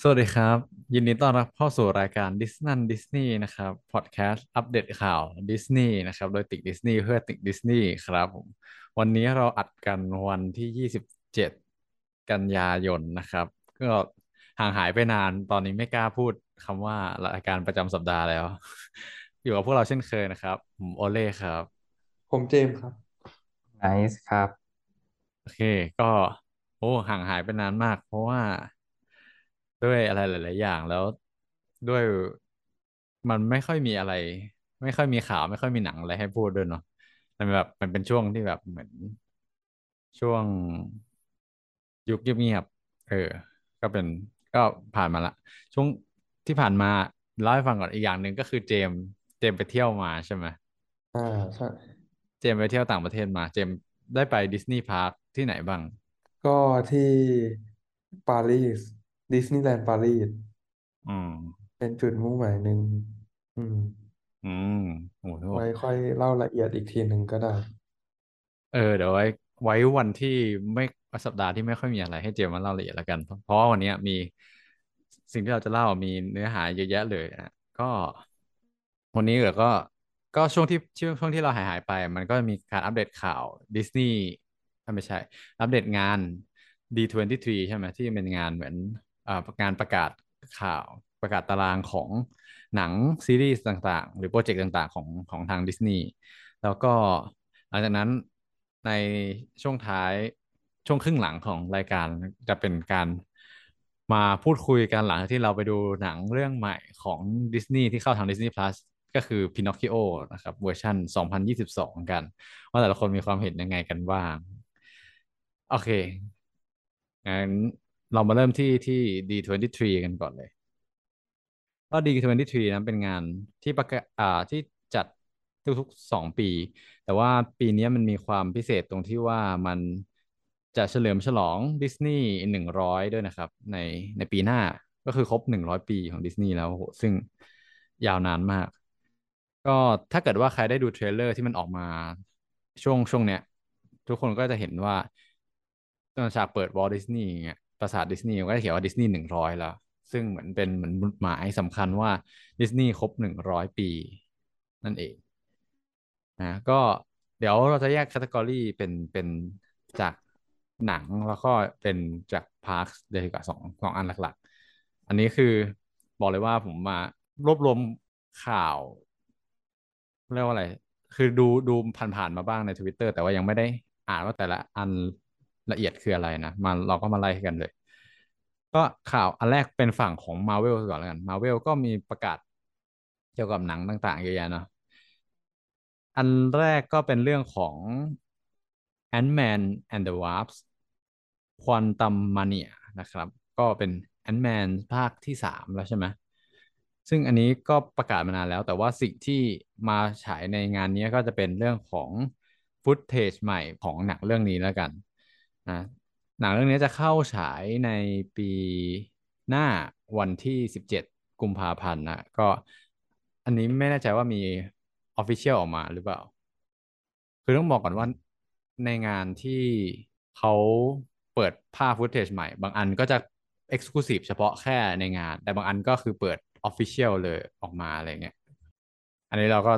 สวัสดีครับยินดีต้อนรับเข้าสู่รายการดิสนีย์นะครับพอดแคสต์อัปเดตข่าวดิสนีย์นะครับโดยติกดิสนีย์เพื่อติกดิสนีย์ครับผมวันนี้เราอัดกันวันที่27กันยายนนะครับก็ห่างหายไปนานตอนนี้ไม่กล้าพูดคำว่ารายการประจำสัปดาห์แล้วอยู่กับพวกเราเช่นเคยนะครับผมโอเล่ครับผมเจมส์ครับไนซ์ครับโอเคก็โอ้ห่างหายไปนานมากเพราะว่า ด้วยอะไรหลายๆอย่างแล้วด้วยมันไม่ค่อยมีอะไรไม่ค่อยมีข่าวไม่ค่อยมีหนังอะไรให้พูดด้วยเนาะมันเป็นช่วงที่แบบเหมือนช่วงยุคเงียบๆก็เป็นก็ผ่านมาละช่วงที่ผ่านมาเล่าให้ฟังก่อนอีกอย่างหนึ่งก็คือเจมส์ไปเที่ยวมาใช่ไหมอ่าใช่เจมส์ไปเที่ยวต่างประเทศมาเจมส์ได้ไปดิสนีย์พาร์คที่ไหนบ้างก็ที่ปารีสดิสนีย์แลนด์ปารีสอืมเป็นจุดมุ่งหมายหนึ่งอืมอืมโอ้โหไว้ค่อยเล่าละเอียดอีกทีหนึ่งก็ได้เดี๋ยวไว้วันที่ไม่สัปดาห์ที่ไม่ค่อยมีอะไรให้เจมมาเล่าละเอียดแล้วกันเพราะว่าวันเนี้ยมีสิ่งที่เราจะเล่ามีเนื้อหาเยอะแยะเลยอ่ะก็วันนี้ก็ช่วงที่เราหายไปมันก็มีการอัปเดตข่าวดิสนีย์ไม่ใช่อัปเดตงาน D23 ใช่ไหมที่เป็นงานเหมือนงานประกาศข่าวประกาศตารางของหนังซีรีส์ต่างๆหรือโปรเจกต์ต่างๆของทางดิสนีย์ แล้วก็หลังจากนั้นในช่วงท้ายช่วงครึ่งหลังของรายการจะเป็นการมาพูดคุยกันหลังจากที่เราไปดูหนังเรื่องใหม่ของดิสนีย์ที่เข้าทาง Disney Plus ก็คือ Pinocchio นะครับเวอร์ชัน2022กันว่าแต่ละคนมีความเห็นยังไงกันบ้างโอเคงั้นเรามาเริ่มที่ D23 กันก่อนเลย ก็D23นั้นเป็นงานที่ประกาศที่จัดทุกๆ2 ปีแต่ว่าปีนี้มันมีความพิเศษตรงที่ว่ามันจะเฉลิมฉลองดิสนีย์100ด้วยนะครับในปีหน้าก็คือครบ100ปีของดิสนีย์แล้วโหซึ่งยาวนานมากก็ถ้าเกิดว่าใครได้ดูเทรลเลอร์ที่มันออกมาช่วงเนี้ยทุกคนก็จะเห็นว่าตอนฉากเปิดวอลดิสนีย์เงี้ยปราสาทดิสนีย์มันก็จะเขียนว่าดิสนีย์100แล้ว ซึ่งเหมือนหมายสำคัญว่าดิสนีย์ครบ100 ปีนั่นเองก็เดี๋ยวเราจะแยกแคตตากรีเป็นจากหนังแล้วก็เป็นจากพาร์คเลยดีกว่าสองอันหลักๆอันนี้คือบอกเลยว่าผมมารวบรวมข่าวเรียกว่าอะไรคือดูผ่านๆมาบ้างในทวิตเตอร์แต่ว่ายังไม่ได้อ่านว่าแต่ละอันละเอียดคืออะไรนะเราก็มาไล่กันเลย ก็ข่าวอันแรกเป็นฝั่งของ Marvel ก่อนแล้วกัน Marvel ก็มีประกาศเกี่ยวกับหนังต่างๆเยอะแยะเนาะอันแรกก็เป็นเรื่องของ Ant-Man and the Wasp Quantum Mania นะครับก็เป็น Ant-Man ภาคที่3แล้วใช่ไหมซึ่งอันนี้ก็ประกาศมานานแล้วแต่ว่าสิ่งที่มาฉายในงานนี้ก็จะเป็นเรื่องของฟุตเทจใหม่ของหนังเรื่องนี้แล้วกันนะ หนังเรื่องนี้จะเข้าฉายในปีหน้าวันที่17 กุมภาพันธ์นะก็อันนี้ไม่แน่ใจว่ามี Official ออกมาหรือเปล่าคือต้องบอกก่อนว่าในงานที่เขาเปิดภาพฟุตเทจใหม่บางอันก็จะ Exclusive เฉพาะแค่ในงานแต่บางอันก็คือเปิด Official เลยออกมาอะไรเงี้ยอันนี้เราก็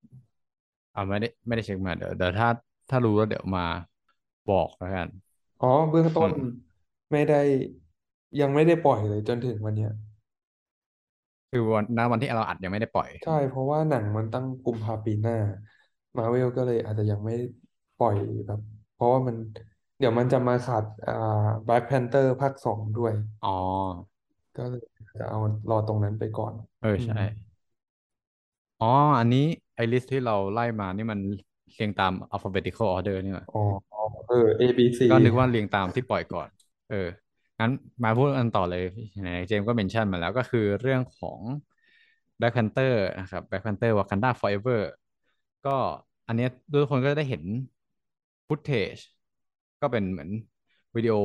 ไม่ได้เช็คมาเดี๋ยวถ้ารู้แล้วเดี๋ยวมาบอกแล้วกันอ๋อเบื้องต้นอืมไม่ได้ยังไม่ได้ปล่อยเลยจนถึงวันเนี้ยคือวันที่เราอัดยังไม่ได้ปล่อยใช่เพราะว่าหนังมันตั้งกุมภาปีหน้ามาเวลก็เลยอาจจะยังไม่ปล่อยแบบเพราะว่ามันเดี๋ยวมันจะมาขาดแบล็กแพนเตอร์ภาค 2ด้วยอ๋อก็เลยจะเอารอตรงนั้นไปก่อนอืมใช่อ๋ออันนี้ไอลิสที่เราไล่มานี่มันเรียงตาม alphabetical order นี่หว่าอ๋อA B C ก็นึกว่าเรียงตามที่ปล่อยก่อนเอองั้นมาพูดกันต่อเลยไหนเจมส์ก็เมนชั่นมาแล้วก็คือเรื่องของ Black Panther นะครับ Black Panther Wakanda Forever ก็อันเนี้ยทุกคนก็ได้เห็นฟุตเทจก็เป็นเหมือนวิดีโอ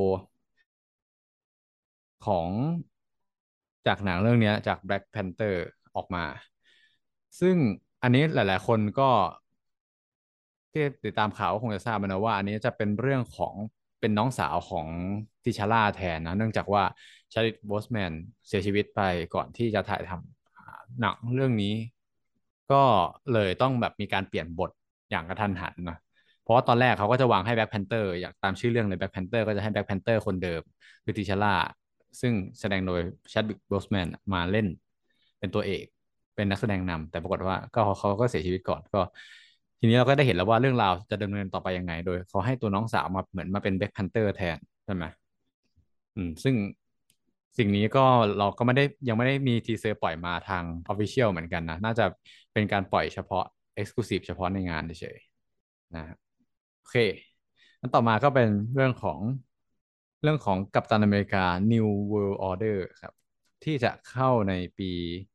ของจากหนังเรื่องเนี้ยจาก Black Panther ออกมาซึ่งอันนี้หลายๆคนก็ที่ติดตามข่าวก็คงจะทราบมานะว่าอันนี้จะเป็นเรื่องของเป็นน้องสาวของติชาร่าแทนนะเนื่องจากว่าชาริตโบสแมนเสียชีวิตไปก่อนที่จะถ่ายทำหนังเรื่องนี้ก็เลยต้องแบบมีการเปลี่ยนบทอย่างกระทันหันนะเพราะว่าตอนแรกเขาก็จะวางให้แบ็คแพนเตอร์อย่างตามชื่อเรื่องเลยแบ็คแพนเตอร์ก็จะให้แบ็คแพนเตอร์คนเดิมคือติชาร่าซึ่งแสดงโดยชาดวิกโบสแมนมาเล่นเป็นตัวเอกเป็นนักแสดงนำแต่ปรากฏว่าก็เขาก็เสียชีวิตก่อนก็ ทีนี้เราก็ได้เห็นแล้วว่าเรื่องราวจะดำเนินต่อไปยังไงโดยเขาให้ตัวน้องสาวมาเหมือนมาเป็นแบ็คแพนเตอร์แทนใช่ไหมซึ่งสิ่งนี้ก็เราก็ไม่ได้ยังไม่ได้มีทีเซอร์ปล่อยมาทาง Official เหมือนกันนะน่าจะเป็นการปล่อยเฉพาะ Exclusive เฉพาะในงานเฉยๆนะโอเคอันต่อมาก็เป็นเรื่องของกัปตันอเมริกา New World Order ครับที่จะเข้าในปี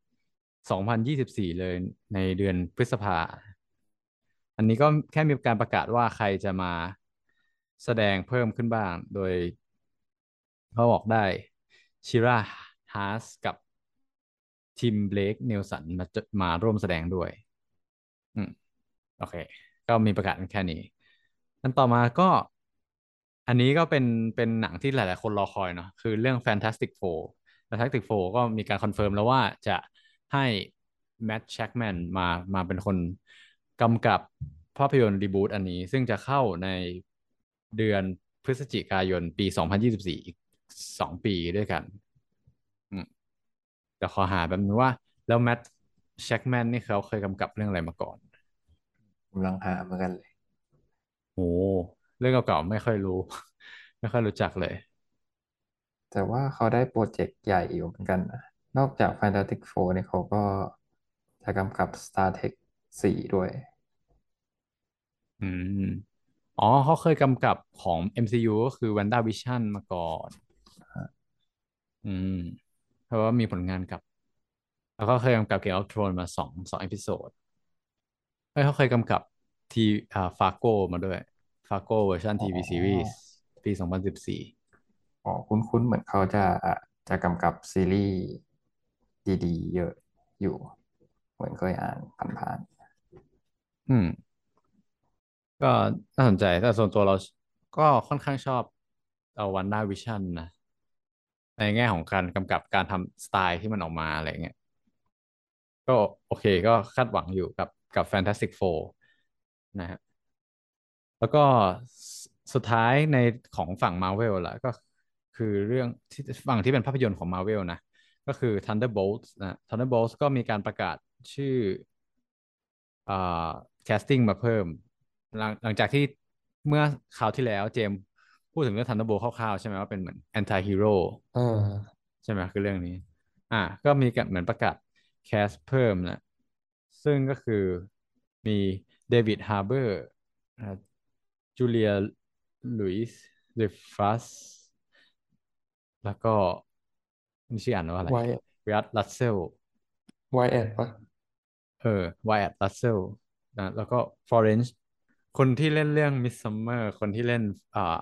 2024เลยในเดือนพฤษภา อันนี้ก็แค่มีการประกาศว่าใครจะมาแสดงเพิ่มขึ้นบ้าง โดยเขาบอกได้ชิราฮาสกับทีมเบลกเนลสันมาร่วมแสดงด้วยอืมโอเคก็มีประกาศแค่นี้อันต่อมาก็อันนี้ก็เป็นหนังที่หลายๆคนรอคอยเนาะคือเรื่อง Fantastic Four Fantastic Four ก็มีการคอนเฟิร์มแล้วว่าจะให้แม t แช c กแมนมาเป็นคนกำกับภาพยนตร์รีบูตอันนี้ซึ่งจะเข้าในเดือนพฤศจิกายนปี2024อีก2 ปีด้วยกันอืมเดี๋ยวขอหาแบบนึงว่าแล้วแม t แช c กแมนนี่เขาเคยกำกับเรื่องอะไรมาก่อนกำลังหาเหมือนกันเลยโอ้เรื่องเก่าๆไม่ค่อยรู้ไม่ค่อยรู้จักเลยแต่ว่าเขาได้โปรเจกต์ใหญ่อยู่เหมือนกันนะนอกจาก Fantastic Four เนี่ยเขาก็จะกำกับ Star Trek 4ด้วยอืม อ๋อเขาเคยกำกับของ MCU ก็คือ WandaVision มาก่อนอืมเพราะว่ามีผลงานกับแล้วก็เคยกำกับ Game of Thrones มาสองเอพิโซดเอ้ยเขาเคยกำกับทีฟาโก้มาด้วยฟาโก้เวอร์ชันอ๋ทีวีซีรีส์อปี2014 อ๋อคุ้นๆเหมือนเขาจะกำกับซีรีส์ดีๆเยอะอยู่เหมือนเคยอ่านผ่านอืมก็น่าสนใจแต่ส่วนตัวเราก็ค่อนข้างชอบวันด้าวิชั่นนะในแง่ของการกำกับการทำสไตล์ที่มันออกมาอะไรเงี้ย ก็โอเคก็คาดหวังอยู่กับ Fantastic Four นะฮะแล้วก็สุดท้ายในของฝั่ง Marvel ล่ะก็คือเรื่องที่ฝั่งที่เป็นภาพยนตร์ของ Marvel นะก็คือ Thunderbolts นะ Thunderbolts ก็มีการประกาศชื่ออ่า casting มาเพิ่มหลังจากที่เมื่อคราวที่แล้วเจมส์พูดถึงเรื่อง Thunderbolt คร่าวๆใช่ไหมว่าเป็นเหมือน anti hero อ่าใช่ไหมคือเรื่องนี้ก็มีกันเหมือนประกาศแคสเพิ่มนะซึ่งก็คือมีเดวิดฮาร์เบอร์จูเลียลุยส์เดฟัสแล้วก็นี่ชื่ออ่านว่าอะไรไวเวียตลัสเซลไวแอดปะเออไวแอตลัสเซลนะแล้วก็ฟลอเรนซ์คนที่เล่นเรื่องมิสซัมเมอร์คนที่เล่นอ่า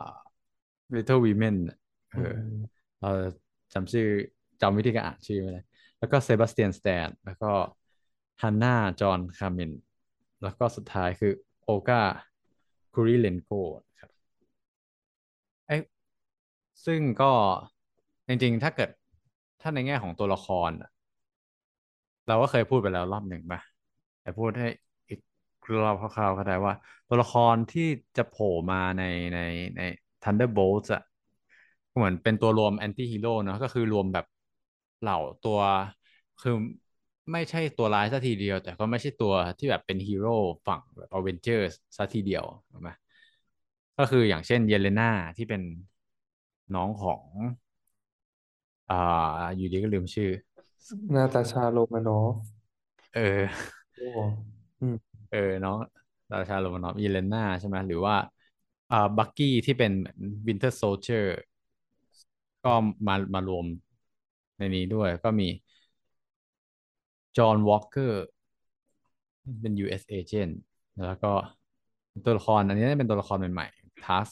Little Women น่ะเอออืมเราจำชื่อจำวิธีการอ่านชื่อไม่ได้ แล้วก็เซบาสเตียนสแตนแล้วก็ฮันนาจอห์นคามินแล้วก็สุดท้ายคือโอกาคูริเลนโกครับไอ้ยซึ่งก็จริงๆถ้าในแง่ของตัวละครอะเราก็เคยพูดไปแล้วรอบหนึ่งป่ะแต่พูดให้อีกรอบคร่าวๆก็ได้ว่าตัวละครที่จะโผล่มาในใน Thunderbolts อะเหมือนเป็นตัวรวมแอนตี้ฮีโร่เนอะก็คือรวมแบบเหล่าตัวคือ ไม่ใช่ตัวร้ายซะทีเดียวแต่ก็ไม่ใช่ตัวที่แบบเป็นฮีโร่ฝั่งแบบอเวนเจอร์ซะทีเดียวถูกไหมก็คืออย่างเช่นเยเลนาที่เป็นน้องของอ่าอยู่ดีก็ลืมชื่อนาตาชาโรมานอฟเออโอ้อืมน้องราชาโรมานอฟเยเลนาใช่ไหมหรือว่าบักกี้ที่เป็นเหมือนวินเทอร์โซลเจอร์ก็มารวมในนี้ด้วยก็มีจอห์นวอ k เกอร์เป็น US Agent แล้วก็ตัวละครอันนี้เป็นตัวละครใหม่ๆ Task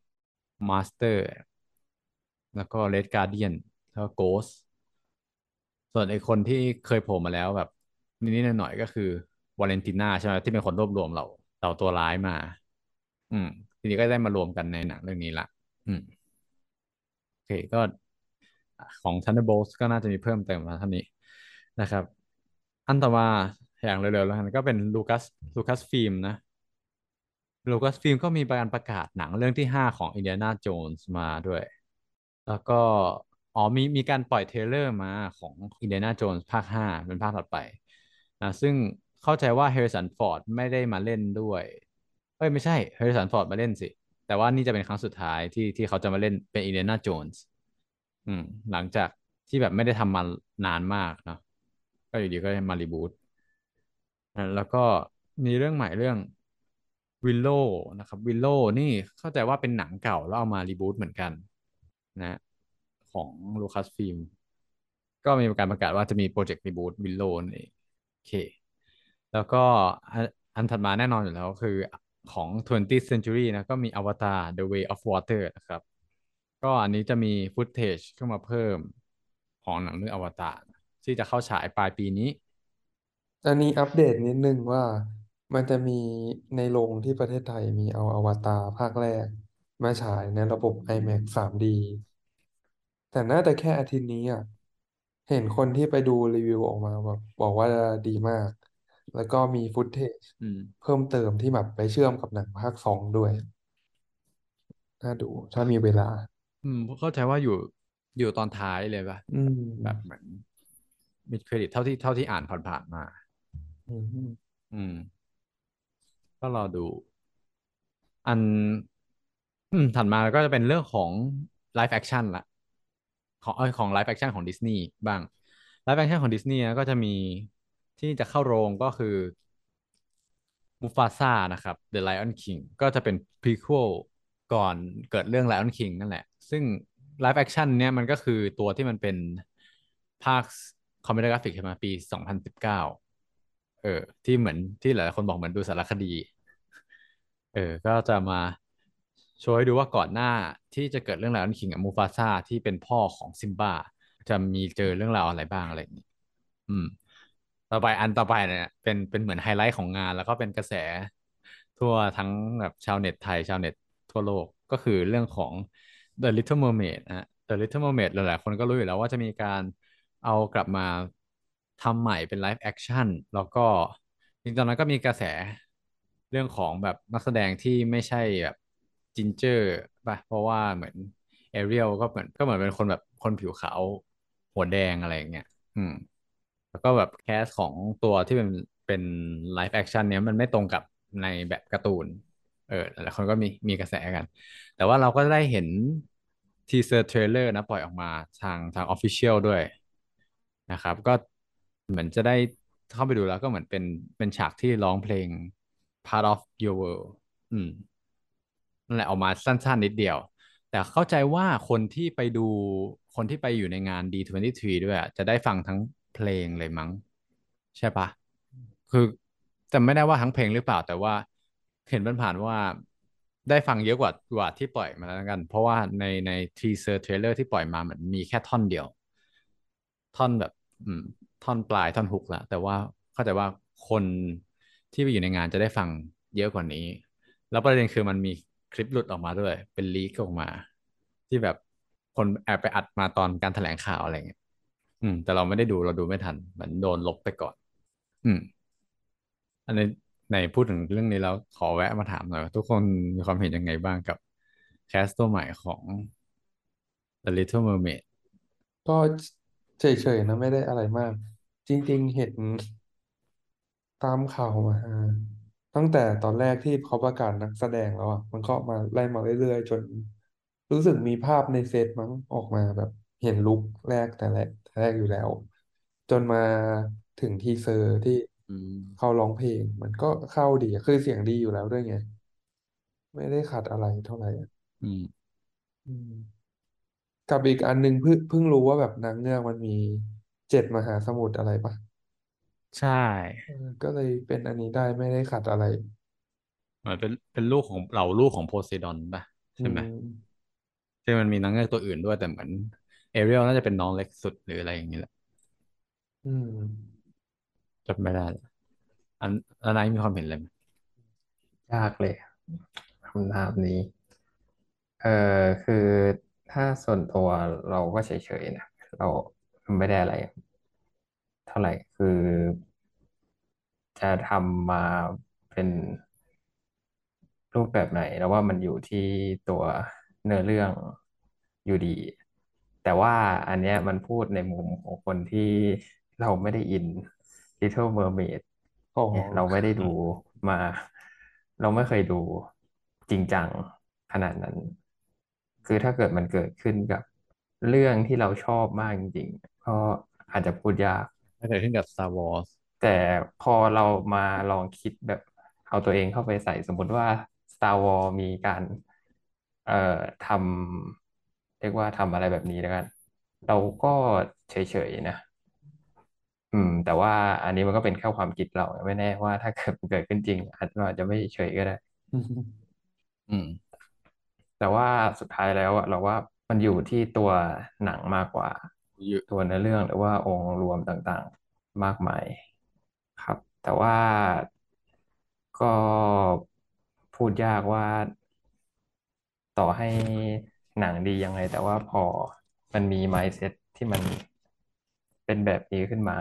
Master แล้วก็ Red Guardian แล้วก็ Ghost ส่วนไอ้คนที่เคยโผล่มาแล้วแบบนิดๆหน่อยๆก็คือวาเลนติน่าใช่ไหมที่เป็นคนรวบรวมเราตัวร้ายมาอืมทีนี้ก็ได้มารวมกันในหนังเรื่องนี้ละอืมโอเคก็ของ Thunderbolts ก็น่าจะมีเพิ่มเติมมาเท่านี้นะครับอันต่อมาอย่างเร็วๆแล้วกันก็เป็นลูคัสฟิล์มนะ ลูคัสฟิล์มก็มีการประกาศหนังเรื่องที่5ของอินเดียนาโจนส์มาด้วย แล้วก็อ๋อมีการปล่อยเทรลเลอร์มาของอินเดียนาโจนส์ภาค 5เป็นภาคถัดไปซึ่งเข้าใจว่าแฮร์ริสันฟอร์ดไม่ได้มาเล่นด้วยเอ้ยไม่ใช่แฮร์ริสันฟอร์ดมาเล่นสิแต่ว่านี่จะเป็นครั้งสุดท้ายที่เขาจะมาเล่นเป็นอินเดียนาโจนส์อืมหลังจากที่แบบไม่ได้ทำมานานมากเนาะก็อยู่ดีก็มารีบูท แล้วก็มีเรื่องใหม่เรื่องวิลโลนะครับวิลโลนี่เข้าใจว่าเป็นหนังเก่าแล้วเอามารีบูทเหมือนกันนะของลูคัสฟิล์มก็มีการประกาศว่าจะมีโปรเจกต์รีบูทวิลโลนี่โอเคแล้วก็อันอันถัดมาแน่นอนอยู่แล้วคือของ 20th Century นะก็มีอวตาร The Way of Water นะครับก็อันนี้จะมีฟุตเทจเข้ามาเพิ่มของหนังเรื่องอวตารที่จะเข้าฉายปลายปีนี้อันนี้อัปเดตนิดนึงว่ามันจะมีในโรงที่ประเทศไทยมีเอาอวตารภาคแรกมาฉายในระบบ IMAX 3D แต่น่าจะแค่อาทิตย์นี้อ่ะเห็นคนที่ไปดูรีวิวออกมาแบบบอกว่าดีมากแล้วก็มีฟุตเทจอืมเพิ่มเติมที่แบบไปเชื่อมกับหนังภาค2ด้วยน่าดูถ้ามีเวลาเข้าใจว่าอยู่ตอนท้ายเลยป่ะอืแบบเหมืมอนมีเครดิตเท่าที่อ่านผ่านๆมาอืมอืมก็รอดูอันถัดมาก็จะเป็นเรื่องของไลฟ์แอคชั่นละของไลฟ์แอคชั่นของดิสนีย์บ้างไลฟ์แอคชั่นของดิสนีย์นะก็จะมีที่จะเข้าโรงก็คือมูฟาซ่านะครับ The Lion King ก็จะเป็นพรีคว l ก่อนเกิดเรื่อง Lion King นั่นแหละซึ่งไลฟ์แอคชั่นเนี่ยมันก็คือตัวที่มันเป็นภาคคอมพิวเตอร์กราฟิกใช่ไหมปี2019ที่เหมือนที่หลายๆคนบอกเหมือนดูสารคดีก็จะมาโชว์ให้ดูว่าก่อนหน้าที่จะเกิดเรื่องราวนั้นคิงกับมูฟาซ่าที่เป็นพ่อของซิมบ้าจะมีเจอเรื่องราวอะไรบ้างอะไรอย่างนี้อืมอันต่อไปเนี่ยเป็นเหมือนไฮไลท์ของงานแล้วก็เป็นกระแสทั่วทั้งแบบชาวเน็ตไทยชาวเน็ตทั่วโลกก็คือเรื่องของ The Little Mermaid นะฮะ The Little Mermaid หลายๆคนก็รู้อยู่แล้วว่าจะมีการเอากลับมาทำใหม่เป็นไลฟ์แอคชั่นแล้วก็จริงๆตอนนั้นก็มีกระแสเรื่องของแบบนักแสดงที่ไม่ใช่แบบจินเจอร์ป่ะเพราะว่าเหมือนแอเรียลก็เหมือนเป็นคนแบบคนผิวขาวหัวแดงอะไรอย่างเงี้ยอืมแล้วก็แบบแคสของตัวที่เป็นไลฟ์แอคชั่นเนี้ยมันไม่ตรงกับในแบบการ์ตูนหลายคนก็มีกระแสกัน แต่ว่าเราก็ได้เห็นทีเซอร์เทรลเลอร์นะปล่อยออกมาทางออฟฟิเชียลด้วยนะครับก็เหมือนจะได้เข้าไปดูแล้วก็เหมือนเป็นฉากที่ร้องเพลง Part of Your World อืมนั่นแหละออกมาสั้นๆนิดเดียวแต่เข้าใจว่าคนที่ไปอยู่ในงาน D23 ด้วยอะจะได้ฟังทั้งเพลงเลยมั้งใช่ปะ คือจำไม่ได้ว่าทั้งเพลงหรือเปล่าแต่ว่าเห็นผ่านๆว่าได้ฟังเยอะกว่าที่ปล่อยมาแล้วกันเพราะว่าในทีเซอร์เทรลเลอร์ที่ปล่อยมาเหมือนมีแค่ท่อนเดียวท่อนแบบอืมท่อนปลายท่อนฮุกละแต่ว่าเข้าใจว่าคนที่ไปอยู่ในงานจะได้ฟังเยอะกว่านี้แล้วประเด็นคือมันมีคลิปหลุดออกมาด้วยเป็นลีกออกมาที่แบบคนแอบไปอัดมาตอนการแถลงข่าวอะไรเงี้ยแต่เราไม่ได้ดูเราดูไม่ทันเหมือนโดนลบไปก่อนอืม อันนี้ในพูดถึงเรื่องนี้แล้วขอแวะมาถามหน่อยว่าทุกคนมีความเห็นยังไงบ้างกับแคสตัวใหม่ของ The Little Mermaid ก็เฉยๆนะไม่ได้อะไรมากจริงๆเห็น ตามข่าวมาตั้งแต่ตอนแรกที่เขาประกาศนักแสดงแล้วอ่ะมันก็มาไล่มาเรื่อยๆจนรู้สึกมีภาพในเฟซมั้งออกมาแบบเห็นลุคแรกแต่แรกอยู่แล้วจนมาถึงทีเซอร์ที่อืมเขาร้องเพลงมันก็เข้าดีอะคือเสียงดีอยู่แล้วด้วยไงไม่ได้ขัดอะไรเท่าไหร่อะอืมอืมกับอีกอันหนึงเพิ่งรู้ว่าแบบนางเงือกมันมี7 มหาสมุทรอะไรปะใช่ก็เลยเป็นอันนี้ได้ไม่ได้ขัดอะไรเหมือนเป็นลูกของโพไซดอนป่ะอืใช่ไหมมที่มันมีนางเงือกตัวอื่นด้วยแต่เหมือนเอเรียลน่าจะเป็นน้องเล็กสุดหรืออะไรอย่างนี้แหละอืมจำไม่ได้ละอันไหนมีความเห็นอะไรไหมยากเลยคำถามนี้เออคือถ้าส่วนตัวเราก็เฉยๆนะเราไม่ได้อะไรเท่าไหร่คือจะทำมาเป็นรูปแบบไหนแล้วว่ามันอยู่ที่ตัวเนื้อเรื่องอยู่ดีแต่ว่าอันเนี้ยมันพูดในมุมของคนที่เราไม่ได้อิน Little Mermaid อ๋อเนี่ยเราไม่ได้ดูมาเราไม่เคยดูจริงจังขนาดนั้นคือถ้าเกิดมันเกิดขึ้นกับเรื่องที่เราชอบมากจริงๆก็อาจจะพูดยากถ้าเกิดขึ้นกับ Star Wars แต่พอเรามาลองคิดแบบเอาตัวเองเข้าไปใส่สมมุติว่า Star Wars มีการเอ่อทำเรียกว่าทำอะไรแบบนี้แล้วกันเราก็เฉยๆนะแต่ว่าอันนี้มันก็เป็นแค่ความคิดเราไม่แน่ว่าถ้าเกิดมันเกิดขึ้นจริงอาจจะไม่เฉยก็ได้อืมอืมแต่ว่าสุดท้ายแล้วอะเราว่ามันอยู่ที่ตัวหนังมากกว่าอยู่ตัวเนื้อเรื่องหรือว่าองค์รวมต่างๆมากมายครับแต่ว่าก็พูดยากว่าต่อให้หนังดียังไงแต่ว่าพอมันมี mindset ที่มันเป็นแบบนี้ขึ้นมา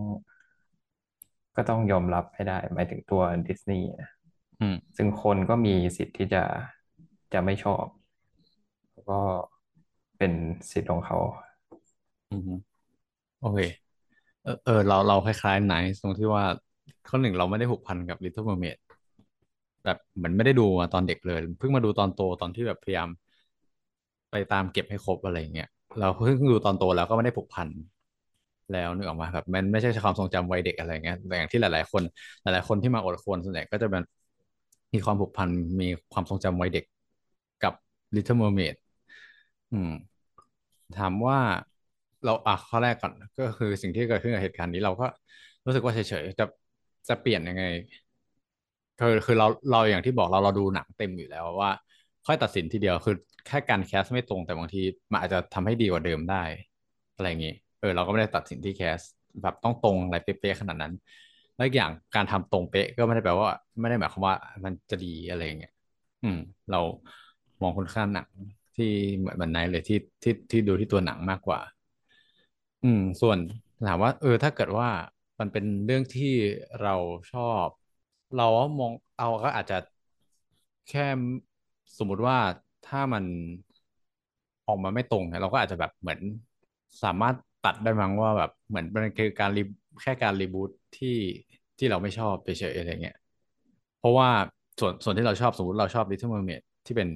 ก็ต้องยอมรับให้ได้หมายถึงตัวดิสนีย์นะอืมซึ่งคนก็มีสิทธิ์ที่จะไม่ชอบแล้วก็เป็นสิทธิ์ของเขาอืมโอเคเราคล้ายๆไนท์ตรงที่ว่าข้อหนึ่งเราไม่ได้ผูกพันกับ Little Mermaid แบบเหมือนไม่ได้ดูมาตอนเด็กเลยเพิ่งมาดูตอนโตตอนที่แบบพยายามไปตามเก็บให้ครบอะไรอย่างเงี้ยเราเพิ่งดูตอนโตแล้วก็ไม่ได้ผูกพันแล้วนึกออกมาแบบมันไม่ใช่ความทรงจำวัยเด็กอะไรเงี้ยแต่อย่างที่หลายคนที่มาอดโคนส่วนใหญ่ก็จะเป็นมีความผูกพันมีความทรงจำวัยเด็กกับ Little Mermaid อืมถามว่าเราข้อแรกก่อนก็คือสิ่งที่เกิดขึ้นกับเหตุการณ์นี้เราก็รู้สึกว่าเฉยๆจะเปลี่ยนยังไง คือเราอย่างที่บอกเราดูหนังเต็มอยู่แล้วว่าค่อยตัดสินทีเดียวคือแค่การแคสไม่ตรงแต่บางทีมันอาจจะทำให้ดีกว่าเดิมได้อะไรอย่างงี้เราก็ไม่ได้ตัดสินที่แคสแบบต้องตรงอะไรเป๊ะๆขนาดนั้นแล้วอีกอย่างการทำตรงเป๊ะก็ไม่ได้แปลว่าไม่ได้หมายความว่ามันจะดีอะไรอย่างเงี้ยอืมเรามองคุณค่าหนังที่เหมือนไหนเลยที่ดูที่ตัวหนังมากกว่า ส่วนถามว่าถ้าเกิดว่ามันเป็นเรื่องที่เราชอบเราก็มองเอาก็อาจจะแค่สมมุติว่าถ้ามันออกมาไม่ตรงเนี่ยเราก็อาจจะแบบเหมือนสามารถตัดได้มั้งว่าแบบเหมือนมันคือการรีแค่การรีบูทที่เราไม่ชอบเฉยๆอะไรเงี้ยเพราะว่าส่วนที่เราชอบสมมติเราชอบ Little Mermaid ที่เป็น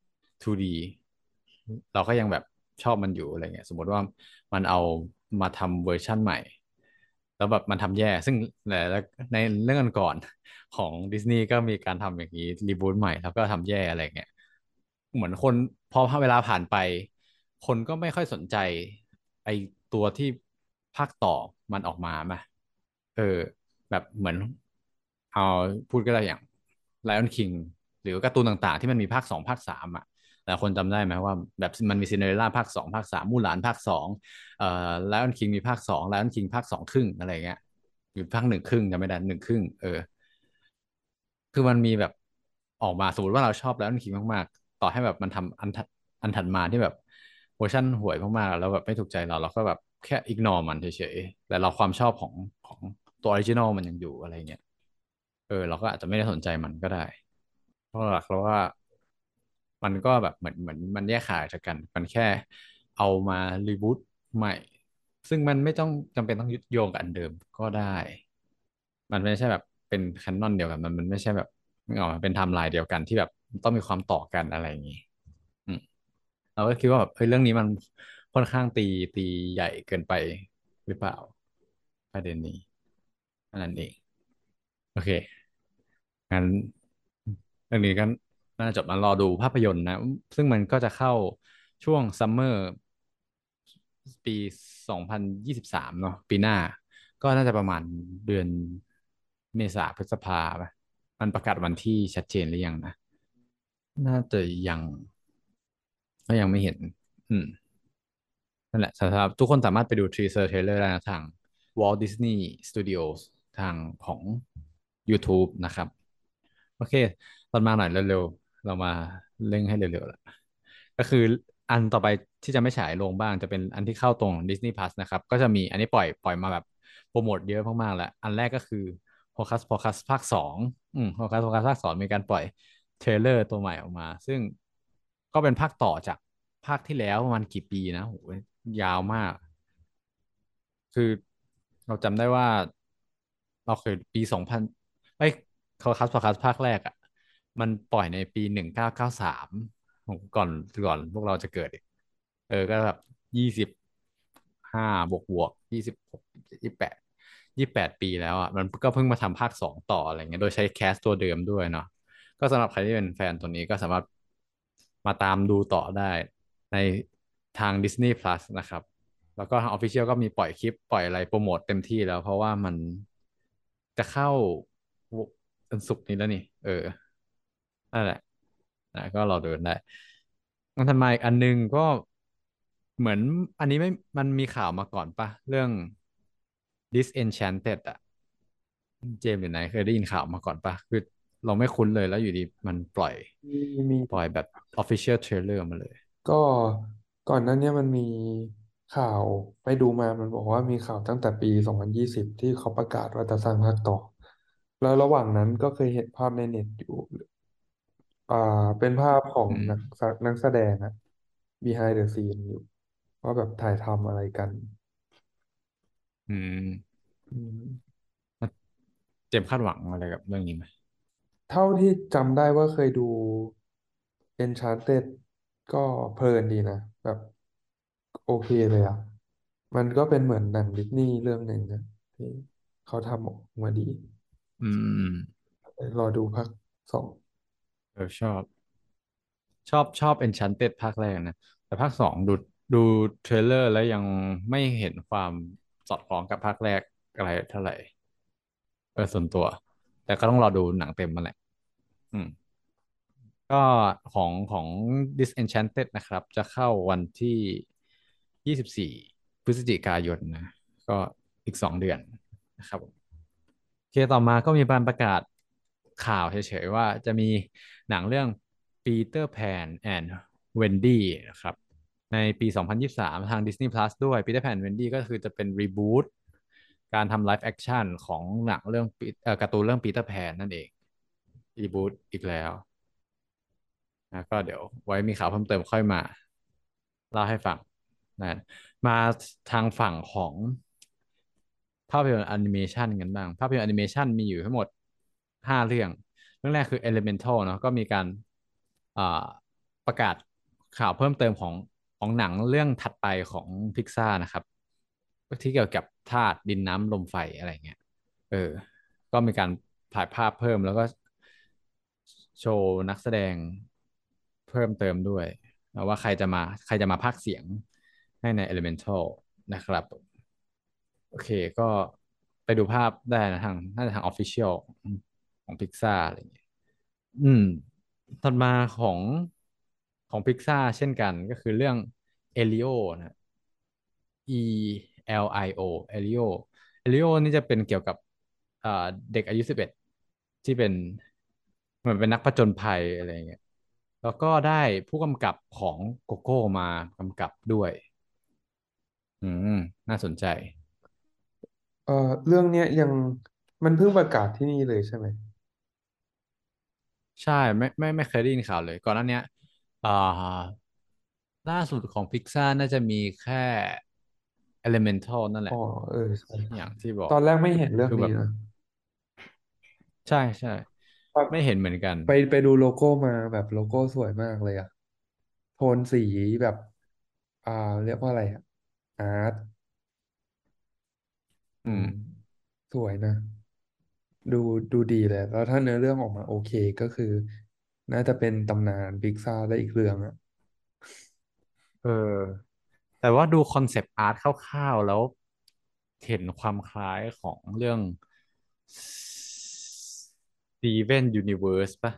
2D เราก็ยังแบบชอบมันอยู่อะไรเงี้ยสมมติว่ามันเอามาทำเวอร์ชั่นใหม่แล้วแบบมันทำแย่ซึ่งแล้วในเรื่องก่อนๆของดิสนีย์ก็มีการทำอย่างนี้รีบูทใหม่แล้วก็ทำแย่อะไรเงี้ยเหมือนคนพอเวลาผ่านไปคนก็ไม่ค่อยสนใจไอตัวที่ภาคต่อมันออกมาไหมเออแบบเหมือนเอาพูดก็ได้อย่าง Lion King หรือการ์ตูนต่างๆที่มันมีภาคสองภาคสามอ่ะ แต่คนจำได้ไหมว่าแบบมันมีซินเดอเรลล่าภาคสองภาคสามมูหลานภาคสองไลออนคิงมีภาคสองไลออนคิงภาคสองครึ่งอะไรเงี้ยหรือภาคหนึ่งครึ่งจำไม่ได้หนึ่งครึ่งคือมันมีแบบออกมาสมมติว่าเราชอบไลออนคิงมากๆต่อให้แบบมันทำอันถัดมาที่แบบเวอร์ชันห่วยมากๆแล้วแบบไม่ถูกใจเราก็แบบแค่อิกนอมันเฉยๆแต่เราความชอบของตัวออริจินอลมันยังอยู่อะไรเงี้ยเราก็อาจจะไม่ได้สนใจมันก็ได้เพราะหลักเราว่า มันก็แบบเหมือนมันแยกขาดจากกันมันแค่เอามารีบูตใหม่ซึ่งมันไม่ต้องจำเป็นต้องยึดโยงกับอันเดิมก็ได้มันไม่ใช่แบบเป็นแคนนอนเดียวกันมันไม่ใช่แบบไม่ออกมาเป็นไทม์ไลน์เดียวกันที่แบบต้องมีความต่อกันอะไรอย่างนี้อืมเราก็คิดว่าแบบเรื่องนี้มันค่อนข้างตีใหญ่เกินไปหรือเปล่าประเด็นนี้อันนั้นเองโอเคงั้นเรื่องนี้ก็น่าจะจบมารอดูภาพยนตร์นะซึ่งมันก็จะเข้าช่วงซัมเมอร์ปี2023เนาะปีหน้าก็น่าจะประมาณเดือนเมษาพฤษภาป่ะมันประกาศวันที่ชัดเจนหรือยังนะน่าจะยังก็ยังไม่เห็นอืมนั่นแหละสำหรับทุกคนสามารถไปดูทีเซอร์เทเลอร์ได้นะทาง Walt Disney Studios ทางของ YouTube นะครับ โอเคตอนมาหน่อยเร็วๆเรามาเร่งให้เร็วๆละก็คืออันต่อไปที่จะไม่ฉายลงบ้างจะเป็นอันที่เข้าตรง Disney Plus นะครับก็จะมีอันนี้ปล่อยมาแบบโปรโมทเยอะมากๆแล้วอันแรกก็คือ Hocus Pocus ภาคสองHocus Pocus ภาคสองมีการปล่อยเทรลเลอร์ตัวใหม่ออกมาซึ่งก็เป็นภาคต่อจากภาคที่แล้วประมาณกี่ปีนะโหยาวมาก คือเราจำได้ว่าเราเคยปี2000ไอ้ยโคคัสภาคแรกอ่ะมันปล่อยในปี1993ก่อนพวกเราจะเกิดอีกก็แบบ25บวก28ปีแล้วอ่ะมันก็เพิ่งมาทำภาคสองต่ออะไรเงี้ยโดยใช้แคสตัวเดิมด้วยเนาะก็สำหรับใครที่เป็นแฟนตัวนี้ก็สามารถมาตามดูต่อได้ในทาง Disney Plus นะครับ แล้วก็ทางออฟฟิเชียลก็มีปล่อยคลิปปล่อยอะไรโปรโมทเต็มที่แล้วเพราะว่ามันจะเข้าวันศุกร์นี้แล้วนี่นั่นแหละก็รอดูกันได้งั้นทำไมอีกอันนึงก็เหมือนอันนี้ไม่มันมีข่าวมาก่อนปะเรื่อง Disenchanted อะเจมส์หรือไหนเคยได้ยินข่าวมาก่อนปะคือเราไม่คุ้นเลยแล้วอยู่ดีมันมีมีปล่อยแบบ Official Trailer มาเลยก็ก่อนหน้าเนี้ยมันมีข่าวไปดูมามันบอกว่ามีข่าวตั้งแต่ปี2020ที่เขาประกาศว่าจะสร้างภาคต่อแล้วระหว่างนั้นก็เคยเห็นภาพในเน็ตอยู่อ่าเป็นภาพของอืมนักแสดงอะ behind the scene อยู่ว่าแบบถ่ายทำอะไรกันอืมอืมเจมส์คาดหวังอะไรกับเรื่องนี้ไหมเท่าที่จำได้ว่าเคยดู Enchanted ก็เพลินดีนะแบบโอเคเลยอ่ะมันก็เป็นเหมือนหนังดิสนีย์เรื่องหนึ่งนะที่เขาทำออกมาดีอืมรอดูภาคสองชอบ Enchanted ภาคแรกนะแต่ภาคสองดูเทรลเลอร์แล้วยังไม่เห็นความสอดคล้องกับภาคแรกอะไรเท่าไหร่ส่วนตัวแต่ก็ต้องรอดูหนังเต็มมาแหละอืมก็ของ Disenchanted นะครับจะเข้าวันที่24พฤศจิกายนนะก็อีก2 เดือนนะครับ โอเคต่อมาก็มีการประกาศข่าวเฉยๆว่าจะมีหนังเรื่อง Peter Pan and Wendy นะครับในปี 2023ทาง Disney Plus ด้วย Peter Pan and Wendy ก็คือจะเป็นรีบูตการทำไลฟ์แอคชั่นของหนังเรื่องการ์ตูนเรื่อง Peter Pan นั่นเองรีบูตอีกแล้วนะก็เดี๋ยวไว้มีข่าวเพิ่มเติมค่อยมาเล่าให้ฟังนะมาทางฝั่งของ ภาพยนตร์แอนิเมชันกันบ้างภาพยนตร์แอนิเมชันมีอยู่ทั้งหมด5 เรื่องเรื่องแรกคือ Elemental เนาะก็มีการอ่าประกาศข่าวเพิ่มเติมของหนังเรื่องถัดไปของพิกซ่านะครับที่เกี่ยวกับธาตุดินน้ำลมไฟอะไรเงี้ยเออก็มีการถ่ายภาพเพิ่มแล้วก็โชว์นักแสดงเพิ่มเติมด้วยแล้วว่าใครจะมาพากย์เสียงให้ใน Elemental นะครับ โอเคก็ไปดูภาพได้นะทางน่าจะทางออฟฟิเชียลของพิกซ่าอะไรอย่างเงี้ยอืมถัดมาของพิกซ่าเช่นกันก็คือเรื่องเอลิโอนะ ELIO เอลิโอเอลิโอนี่จะเป็นเกี่ยวกับอ่าเด็กอายุ11ที่เป็นเหมือนเป็นนักผจญภัยอะไรอย่างเงี้ยแล้วก็ได้ผู้กำกับของโกโก้มากำกับด้วยอืมน่าสนใจเรื่องเนี้ยยังมันเพิ่งประกาศที่นี่เลยใช่ไหมใช่ไม่เคยได้ยินข่าวเลยก่อนหน้าเนี้ยอ่าล่าสุดของพิกซ่าน่าจะมีแค่ Elemental นั่นแหอ๋อละใช่อย่างที่บอกตอนแรกไม่เห็นเรื่องคือแบบนี้นะใช่แบบไม่เห็นเหมือนกันไปดูโลโก้มาแบบโลโก้สวยมากเลยอะโทนสีแบบอ่าเรียกว่าอะไรอะอาร์ตอืมอืมสวยนะดูดูดีเลยแล้วถ้าเนื้อเรื่องออกมาโอเคก็คือน่าจะเป็นตำนานพิกซ่าได้อีกเรื่องอะเออแต่ว่าดูคอนเซปต์อาร์ตคร่าวๆแล้วเห็นความคล้ายของเรื่อง Steven Universe ปะ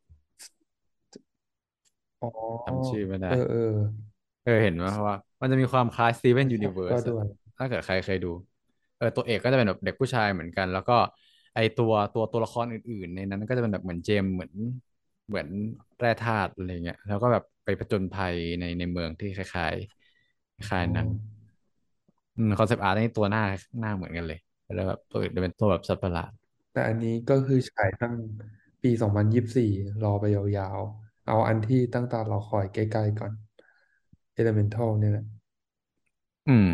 อ๋อจำชื่อไม่ได้เออเห็นไหมว่ามันจะมีความคล้าย Steven ใช่ก็ Universe อะด้วยถ้าเกิดใครเคยดูตัวเอกก็จะเป็นแบบเด็กผู้ชายเหมือนกันแล้วก็ไอตัวละครอื่นๆในนั้นก็จะเป็นแบบเหมือนเจมส์เหมือนแร่ธาตุอะไรเงี้ยแล้วก็แบบไปผจญภัยในเมืองที่คล้ายๆคล้ายอ๋อๆนั้นคอนเซปต์อาร์ตนี่ตัวหน้าเหมือนกันเลยแล้วแบบตัวอื่นจะเป็นตัวแบบสัตว์ประหลาดแต่อันนี้ก็คือฉายตั้งปี2024รอไปยาวๆเอาอันที่ตั้งตารอคอยใกล้ๆก่อน Elemental เนี่ยแหละอืม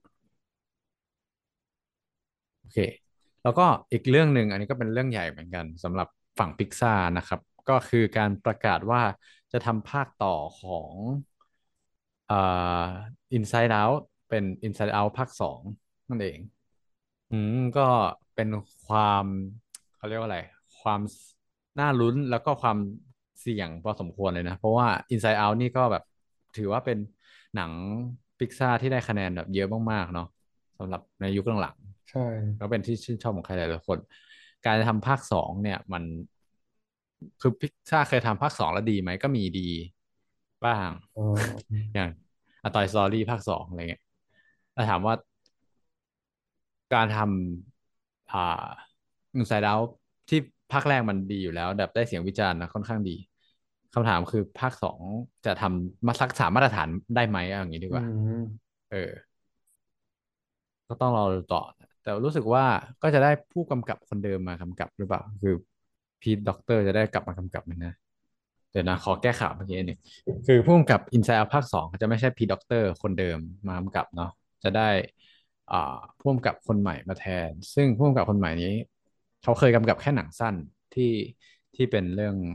โอเคแล้วก็อีกเรื่องหนึ่งอันนี้ก็เป็นเรื่องใหญ่เหมือนกันสำหรับฝั่งพิกซ่านะครับก็คือการประกาศว่าจะทำภาคต่อของเอ่อ Inside Out เป็น Inside Out ภาคสองนั่นเองก็เป็นความเขาเรียกว่าอะไรความน่าลุ้นแล้วก็ความเสี่ยงพอสมควรเลยนะเพราะว่า Inside Out นี่ก็แบบถือว่าเป็นหนังพิกซ่าที่ได้คะแนนแบบเยอะมากๆเนาะสำหรับในยุคหลังใช่ก็เป็นที่ชื่นชอบของใครหลายๆคนการจะทำภาคสองเนี่ยมันคือพิซซ่าเคยทำภาคสองแล้วดีไหมก็มีดีบ้างอ๋ออย่างอะตอยสตอรี่ภาคสองอะไรเงี้ยถ้าถามว่าการทำInside Out ที่ภาคแรกมันดีอยู่แล้วแบบได้เสียงวิจารณ์นะค่อนข้างดีคำถามคือภาคสองจะทำมารักษามาตรฐานได้ไหมเอาอย่างนี้ดีอืกว่ามเออ ก็ต้องรอดูต่อนะแต่รู้สึกว่าก็จะได้ผู้กำกับคนเดิมมากำกับหรือเปล่าคือพีทด็อกเตอร์จะได้กลับมากำกับไหมนะเดี๋ยวนะขอแก้ข่าวเมื่อกี้นี่คือผู้กำกับอินไซ e ์ภาคสองจะไม่ใช่พีทด็อกเตอร์คนเดิมมากำกับเนาะจะได้ผู้กำกับคนใหม่มาแทนซึ่งผู้กำกับคนใหม่นี้เขาเคยกำกับแค่หนังสั้นที่ที่เป็นเรื่อง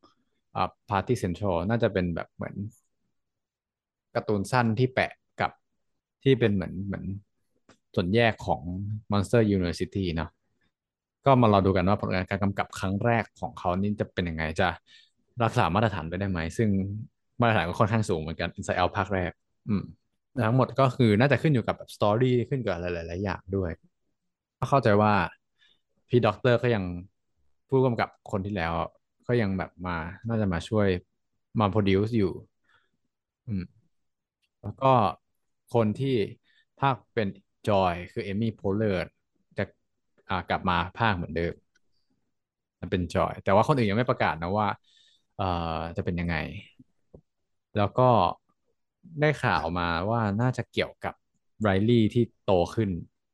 Party Central น่าจะเป็นแบบเหมือน การ์ตูนสั้นที่แปะกับที่เป็นเหมือนส่วนแยกของ Monster University เนาะก็มารอดูกันว่าผลงานการกำกับครั้งแรกของเขานี่จะเป็นยังไงจะรักษามาตรฐานไปได้ไหมซึ่งมาตรฐานก็ค่อนข้างสูงเหมือนกัน Inside Out ภาคแรกอืมทั้งหมดก็คือน่าจะขึ้นอยู่กับแบบสตอรี่ขึ้นกับอะไรหลายๆอย่างด้วยก็เข้าใจว่าพี่ด็อกเตอร์ก็ยังผู้กำกับคนที่แล้วก็ยังแบบมาน่าจะมาช่วยมาโปรดิวซ์อยู่อืม แล้วก็คนที่ภาคเป็นจอยคือเอมี่โพลเลอร์จะกลับมาภาคเหมือนเดิมมันเป็นจอยแต่ว่าคนอื่นยังไม่ประกาศนะว่าเอ่อจะเป็นยังไงแล้วก็ได้ข่าวมาว่าน่าจะเกี่ยวกับไรลี่ที่โตขึ้น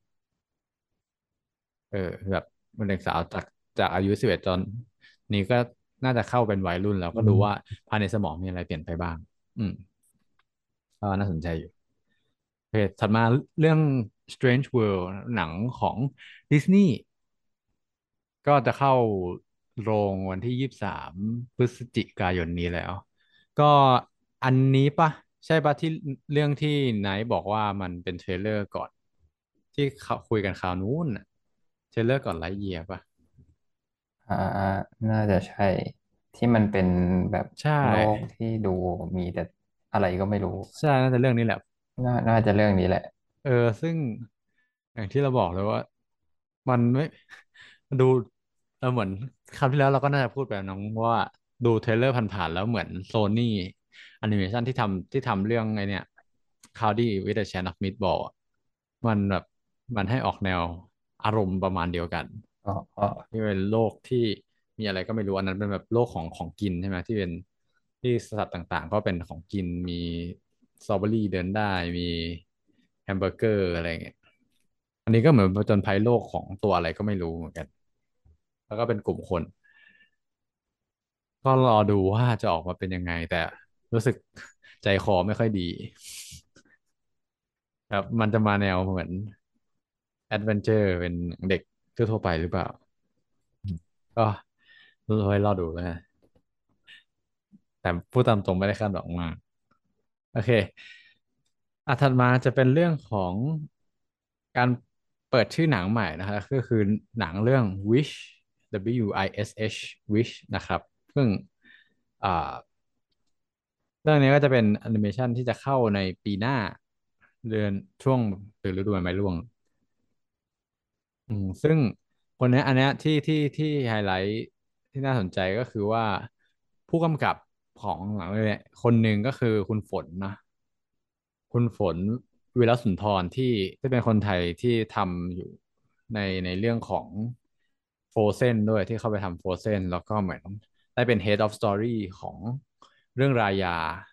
เออแบบเป็นเด็กสาวจากอายุ11จนนี้ก็น่าจะเข้าเป็นวัยรุ่นแล้วอืก็ดูว่ามภายในสมองมีอะไรเปลี่ยนไปบ้างอืมก็น่าสนใจอยู่ โอเคถัดมาเรื่อง Strange World หนังของดิสนีย์ก็จะเข้าโรงวันที่23 พฤศจิกายนนี้แล้ว ก็อันนี้ปะใช่ปะที่เรื่องที่ไนท์บอกว่ามันเป็นเทรลเลอร์ก่อนที่เขาคุยกันคราวนู้นน่ะเทรลเลอร์ก่อนไลท์เยียร์ปะอ่าน่าจะใช่ที่มันเป็นแบบใช่โลกที่ดูมีแต่อะไรก็ไม่รู้ใช่น่าจะเรื่องนี้แหละน่าจะเรื่องนี้แหละเออซึ่งอย่างที่เราบอกเลยว่ามันไม่ดูเหมือนคราวที่แล้วเราก็น่าจะพูดไปน้องว่าดูเทรลเลอร์ผ่านๆแล้วเหมือนโซนี่แอนิเมชันที่ทำเรื่องไอเนี่ย Cloudy with a Chance of Meatball อะมันแบบมันให้ออกแนวอารมณ์ประมาณเดียวกันก็ที่เป็นโลกที่มีอะไรก็ไม่รู้อันนั้นเป็นแบบโลกของกินใช่ไหมที่เป็นที่สัตว์ต่างๆก็เป็นของกินมีสตรอเบอรี่เดินได้มีแฮมเบอร์เกอร์อะไรเงี้ยอันนี้ก็เหมือนผจญภัยโลกของตัวอะไรก็ไม่รู้เหมือนกันแล้วก็เป็นกลุ่มคนก็รอดูว่าจะออกมาเป็นยังไงแต่รู้สึกใจคอไม่ค่อยดีแบบมันจะมาแนวเหมือนแอดเวนเจอร์เป็นเด็กทั่วๆไปหรือเปล่าอืมก็รู้ไว้รอดูแล้วกันแต่พูดตามตรงไม่ได้คาดหวังมาก โอเคถัดมาจะเป็นเรื่องของการเปิดชื่อหนังใหม่นะครับก็คือหนังเรื่อง Wish Wish Wish นะครับซึ่งอ่าเรื่องนี้ก็จะเป็นแอนิเมชันที่จะเข้าในปีหน้าเดือนช่วงหรือฤดูใบไม้ร่วง ซึ่งคนเนี้ยอันเนี้ยที่ไฮไลท์ที่น่าสนใจก็คือว่าผู้กำกับของหนังเรื่องเนี้ยคนหนึ่งก็คือคุณฝนนะคุณฝนวีระสุนทรที่เป็นคนไทยที่ทำอยู่ในเรื่องของโฟเซนด้วยที่เข้าไปทำโฟเซนแล้วก็เหมือนได้เป็น Head of Story ของเรื่องรายา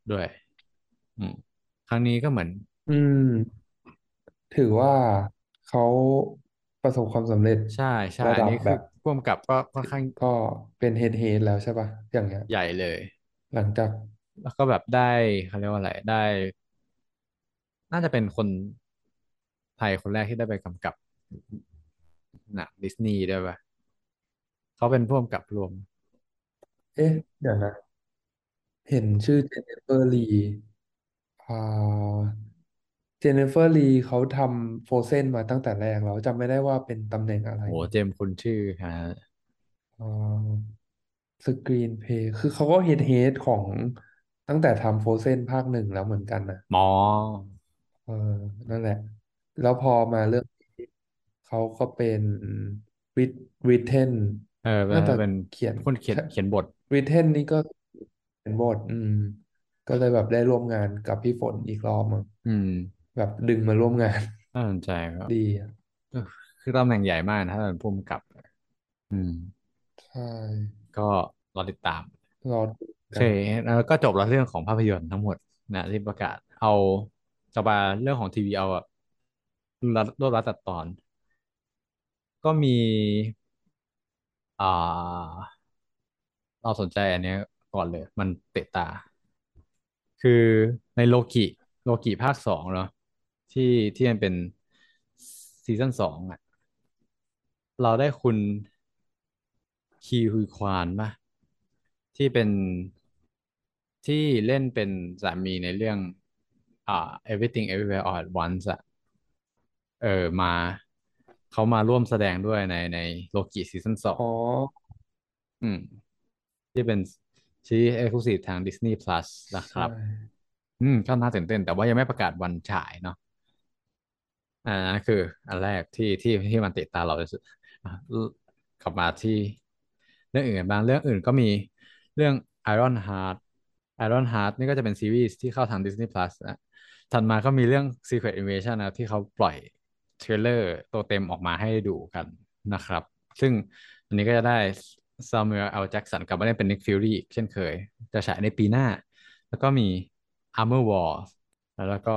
ด้วยอืมครั้งนี้ก็เหมือนอืมถือว่าเขาประสบความสำเร็จใช่ใช่ระอันนี้คือดับแบบพ่วงกับก็ค่อนข้างก็เป็นเฮดแล้วใช่ป่ะอย่างเงี้ยใหญ่เลยหลังจากแล้วก็แบบได้เขาเรียกว่าอะไรได้น่าจะเป็นคนไทยคนแรกที่ได้ไปกำกับหนังดิสนีย์ด้วยป่ะเขาเป็นพ่วงกับรวมเอ๊ะเดี๋ยวนะเห็นชื่อเจเนฟเฟอร์ลีอ่าเจเนฟเฟอร์ลีเขาทำโฟเซนมาตั้งแต่แรกแล้วจำไม่ได้ว่าเป็นตำแหน่งอะไรโหนะเจมส์คุณชื่อฮะอ่าสกรีนเพย์คือเขาก็เฮดของตั้งแต่ทำโฟเซนภาคหนึ่งแล้วเหมือนกันนะหมอเออนั่นแหละแล้วพอมาเรื่องนี้เขาก็เป็นริทริเทนเออน่าจะเป็นเขียนคนเขียนบทริเทนนี่ก็เป็นบทก็เลยแบบได้ร่วมงานกับพี่ฝนอีกรอบมั้งอืมแบบดึงมาร่วมงานน่าสนใจก็ดีอ่ะเออคือตำแหน่งใหญ่มากนะถ้าเป็นผู้กำกับอืมใช่ก็รอติดตามรอดูโอเคกันแล้วก็จบแล้วเรื่องของภาพยนตร์ทั้งหมดนะที่ประกาศเอาจะมาเรื่องของทีวีเอาแบบรวบรัดตัดตอนก็มีอ่าเราสนใจอันเนี้ยก่อนเลยมันเตะตาคือในโลกิภาคสองเนาะที่ที่มันเป็นซีซั่น 2อ่ะเราได้คุณคีฮุยควานป่ะที่เป็นที่เล่นเป็นสามีในเรื่องEverything Everywhere All at Once อะ เออมาเขามาร่วมแสดงด้วยในโลกิซีซั่น 2 อ๋ออืมที่เป็นซีรีส์เอ็กซ์คลูซีฟทาง Disney Plus นะคใช่รับก็น่าตื่นเต้นแต่ว่ายังไม่ประกาศวันฉายเนาะ นั่นคืออันแรกที่มันติดตาเราที่สุดอ่ะกลับมาที่เรื่องอื่นกันบ้างเรื่องอื่นก็มีเรื่อง Iron Heart Iron Heart นี่ก็จะเป็นซีรีส์ที่เข้าทาง Disney Plus นะถัดมาก็มีเรื่อง Secret Invasion นะที่เขาปล่อยเทรลเลอร์ตัวเต็มออกมาให้ดูกันนะครับซึ่งอันนี้ก็จะได้ Samuel L. Jackson กลับมาเล่นเป็น Nick Fury อีกเช่นเคยจะฉายในปีหน้าแล้วก็มี Armor Wars แล้วก็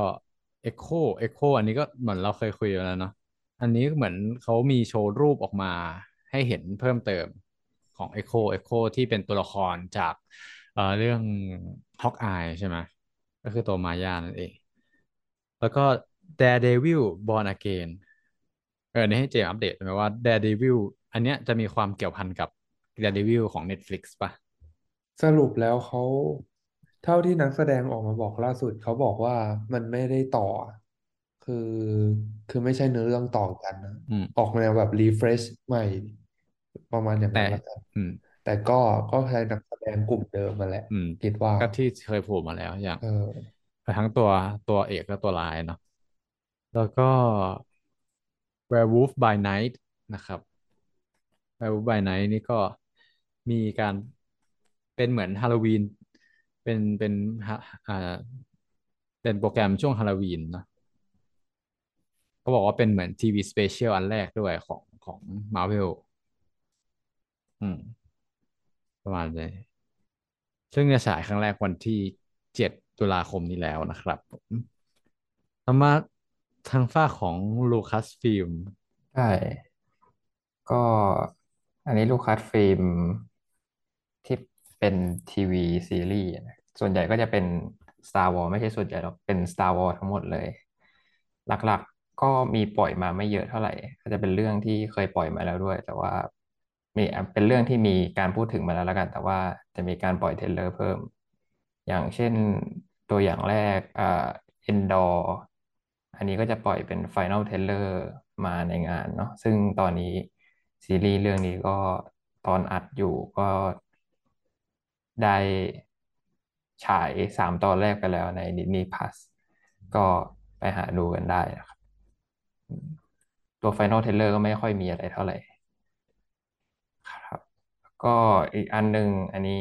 Echo อันนี้ก็เหมือนเราเคยคุยกันแล้วเนาะอันนี้เหมือนเขามีโชว์รูปออกมาให้เห็นเพิ่มเติมของ Echo ที่เป็นตัวละครจากเรื่อง Hawkeye ใช่ไหมก็คือตัวมาย่านั่นเองแล้วก็ Daredevil Born Again อันนี้ให้เจมส์อัปเดตไหมว่า Daredevil อันเนี้ยจะมีความเกี่ยวพันกับ Daredevil ของ Netflix ป่ะสรุปแล้วเขาเท่าที่นักแสดงออกมาบอกล่าสุดเขาบอกว่ามันไม่ได้ต่อคือคือไม่ใช่เนื้อเรื่องต่อกันนะอืมออกมาแบบรีเฟรชใหม่ประมาณอย่างแต่นั้นละกันอืมแต่ก็ใช้นักแสดงกลุ่มเดิมมาแหละอืมคิดว่าก็ที่เคยโผล่มาแล้วอย่างเออทั้งตัวเอกและตัวร้ายเนาะแล้วก็ Werewolf by Night นะครับ Werewolf by Night นี่ก็มีการเป็นเหมือนฮาโลวีนเป็นฮะอ่าเป็นโปรแกรมช่วงฮาโลวีนเนาะเขาบอกว่าเป็นเหมือนทีวีสเปเชียลอันแรกด้วยของมาร์เวลอืมประมาณนี้ซึ่งจะฉายครั้งแรกวันที่7 ตุลาคมนี้แล้วนะครับผมต่อมาทางฝ้ากของลูคัสฟิล์มใช่ก็อันนี้ลูกคัสฟิล์มที่เป็นทีวีซีรีส์นะส่วนใหญ่ก็จะเป็น Star Wars ไม่ใช่ส่วนใหญ่หรอกเป็น Star Wars ทั้งหมดเลยหลักๆก็มีปล่อยมาไม่เยอะเท่าไหร่ก็จะเป็นเรื่องที่เคยปล่อยมาแล้วด้วยแต่ว่ามีเป็นเรื่องที่มีการพูดถึงมาแล้วแล้วกันแต่ว่าจะมีการปล่อยเทรลเลอร์เพิ่มอย่างเช่นตัวอย่างแรกEndor อันนี้ก็จะปล่อยเป็น Final Trailer มาในงานเนาะซึ่งตอนนี้ซีรีส์เรื่องนี้ก็ตอนอัดอยู่ก็ได้ฉาย3 ตอนแรกไปแล้วใน Disney Plus ก็ไปหาดูกันได้นะครับอืมตัว Final Trailer ก็ไม่ค่อยมีอะไรเท่าไหร่ครับก็อีกอันหนึ่ง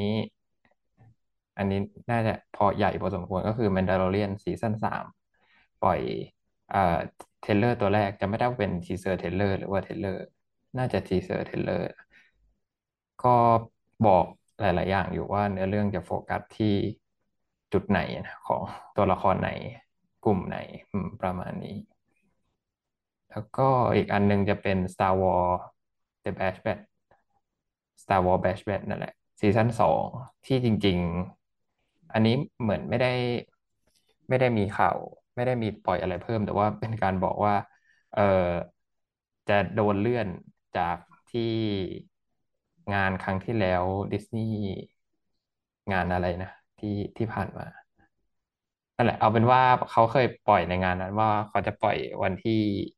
อันนี้น่าจะพอใหญ่พอสมควรก็คือ Mandalorian ซีซั่น 3ปล่อยเอ่อเทรลเลอร์ตัวแรกจะไม่ได้ว่าเป็นทีเซอร์เทรลเลอร์หรือว่าเทรลเลอร์น่าจะทีเซอร์เทรลเลอร์ก็บอกหลายๆอย่างอยู่ว่าเนื้อเรื่องจะโฟกัสที่จุดไหนนะของตัวละครไหนกลุ่มไหนประมาณนี้ แล้วก็อีกอันหนึงจะเป็น Star Wars The Bad Batch Star Wars Bad Batch นั่นแหละซีซั่น 2ที่จริงๆอันนี้เหมือนไม่ได้มีข่าวไม่ได้มีปล่อยอะไรเพิ่มแต่ว่าเป็นการบอกว่าเออจะโดนเลื่อนจากที่งานครั้งที่แล้วดิสนีย์งานอะไรนะที่ผ่านมา นั่นแหละเอาเป็นว่าเขาเคยปล่อยในงานนั้นว่าเขาจะปล่อยวันที่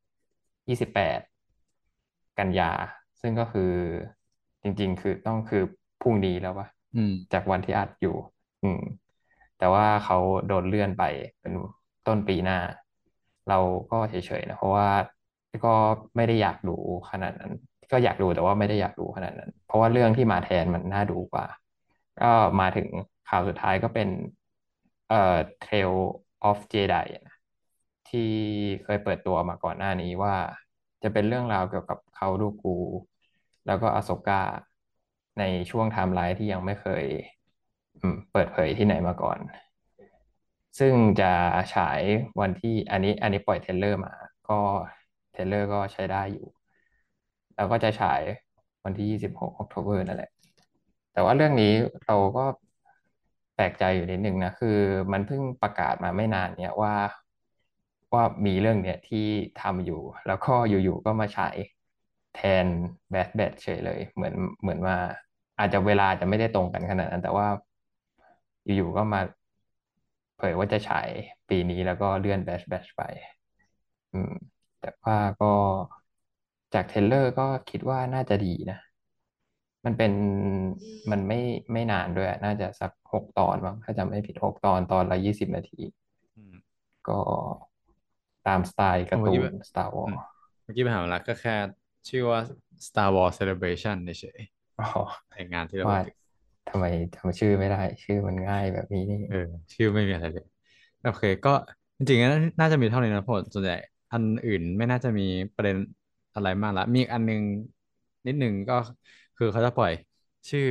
28กันยาซึ่งก็คือจริงๆคือพรุ่งนี้แล้ววะอืมจากวันที่อัดอยู่อืมแต่ว่าเขาโดนเลื่อนไปเป็นต้นปีหน้าเราก็เฉยๆนะเพราะว่าก็ไม่ได้อยากดูขนาดนั้นก็อยากดูแต่ว่าไม่ได้อยากดูขนาดนั้นเพราะว่าเรื่องที่มาแทนมันน่าดูกว่า ก็มาถึงข่าวสุดท้ายก็เป็นTrail of Jedi นะที่เคยเปิดตัวมาก่อนหน้านี้ว่าจะเป็นเรื่องราวเกี่ยวกับเขาดูกูแล้วก็อาโซก้าในช่วงไทม์ไลน์ที่ยังไม่เคยเปิดเผยที่ไหนมาก่อน ซึ่งจะฉายวันที่อันนี้ปล่อยเทรลเลอร์มาก็เทรลเลอร์ก็ใช้ได้อยู่แล้วก็จะฉายวันที่26ออกโทเบอร์นั่นแหละแต่ว่าเรื่องนี้เราก็แปลกใจอยู่นิดนึงนะคือมันเพิ่งประกาศมาไม่นานเนี่ยว่ามีเรื่องเนี้ยที่ทำอยู่แล้วก็อยู่ๆก็มาฉายแทนแบทแบทเฉยเลยเหมือนว่าอาจจะเวลาจะไม่ได้ตรงกันขนาดนั้นแต่ว่าอยู่ๆก็มาเผยว่าจะฉายปีนี้แล้วก็เลื่อนแบทไปอืมแต่ว่าก็จากเทรลเลอร์ก็คิดว่าน่าจะดีนะมันเป็นมันไม่นานด้วยน่าจะสัก6 ตอนมั้งถ้าจำไม่ผิด6 ตอนตอนละ20 นาทีอืมก็ตามสไตล์การ์ตูนเอาเมื่อกี้ไป Star อืม Wars เมื่อกี้ไปหามาแล้วก็แค่ชื่อว่า Star Wars Celebration เฉยอ๋อๆในงานที่เราพูว่าดถึงทำไมจำชื่อไม่ได้ชื่อมันง่ายแบบนี้นี่เอเอองชื่อไม่มีอะไรเลยโอเคก็จริงๆน่าจะมีเท่านี้นะเพราะส่วนใหญ่อันอื่นไม่น่าจะมีประเด็นอะไรมากละมีอีกอันนึงนิดหนึ่งก็คือเขาจะปล่อยชื่อ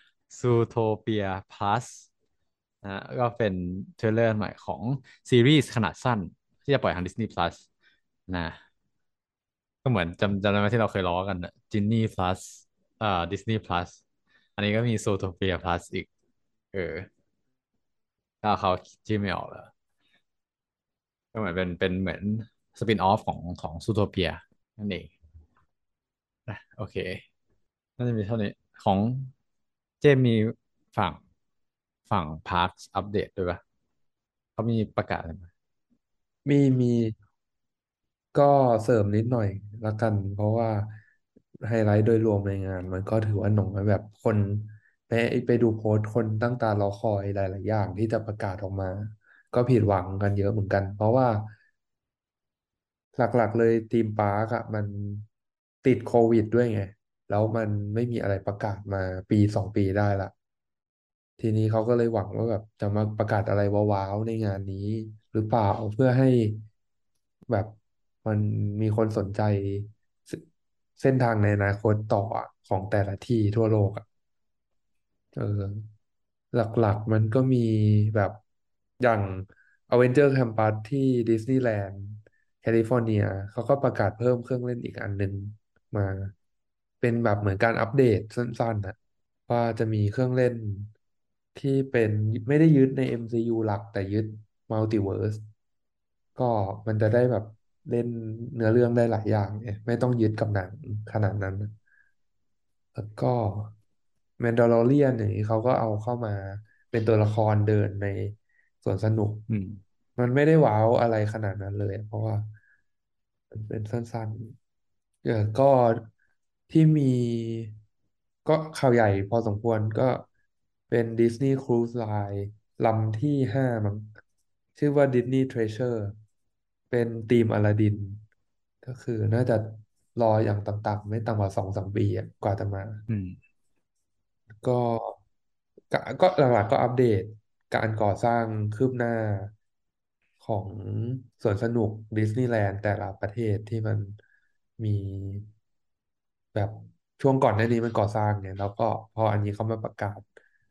Zootopia Plus นะก็เป็นเทรลเลอร์ใหม่ของซีรีส์ขนาดสั้นที่จะปล่อยทาง Disney Plus นะก็เหมือนจำได้ไหมที่เราเคยล้อกันนะ Genie Plus Disney Plus อันนี้ก็มี Zootopia Plus อีกเออ ถ้าเขาชื่อไม่ออกแล้วก็เหมือนเป็นเหมือนสปินออฟของซูโทเปียนั่นเองนะโอเคน่าจะมีเท่านี้ของเจมมีฝั่งฝั่งพาร์คอัปเดตด้วยปะเขามีประกาศอะไรไหมมีก็เสริมนิดหน่อยละกันเพราะว่าไฮไลท์โดยรวมในงานมันก็ถือว่าหนงแบบคนไปไปดูโพสต์คนตั้งตารอคอยหลายๆอย่างที่จะประกาศออกมาก็ผิดหวังกันเยอะเหมือนกันเพราะว่าหลักๆเลยทีมปาร์คอะมันติดโควิดด้วยไงแล้วมันไม่มีอะไรประกาศมา1-2 ปีได้ละ ทีนี้เขาก็เลยหวังว่าแบบจะมาประกาศอะไรว้าวๆในงานนี้หรือเปล่าเพื่อให้แบบมันมีคนสนใจเสเส้นทางในอนาคตต่ออะของแต่ละที่ทั่วโลกอ่ะเออหลักๆมันก็มีแบบอย่าง Avenger Campus ที่ดิสนีย์แลนด์แคลิฟอร์เนียเขาก็ประกาศเพิ่มเครื่องเล่นอีกอันหนึ่งมาเป็นแบบเหมือนการอัปเดตสั้นๆนะ ว่าจะมีเครื่องเล่นที่เป็นไม่ได้ยึดใน MCU หลักแต่ยึดมัลติเวิร์สก็มันจะได้แบบเล่นเนื้อเรื่องได้หลายอย่างเนี่ยไม่ต้องยึดกับหนังขนาดนั้นแล้วก็แมนดาลอเรียนอย่างนี้เขาก็เอาเข้ามาเป็นตัวละครเดินในสวนสนุกอืมมันไม่ได้ว้าวอะไรขนาดนั้นเลยเพราะว่ามันเป็นสั้นๆก็ที่มีก็ข่าวใหญ่พอสมควรก็เป็น Disney Cruise Line ลำที่5มั้งชื่อว่า Disney Treasure เป็นธีมอลาดินก็คือน่าจะรออย่างต่ำๆไม่ต่ำกว่า2-3 ปีอะกว่าจะมาอืมก็ก็หลักๆก็อัปเดตการก่อสร้างคืบหน้าของสวนสนุกดิสนีย์แลนด์แต่ละประเทศที่มันมีแบบช่วงก่อนหน้านี้มันก่อสร้างเนี่ยแล้วก็พออันนี้เขามาประกาศ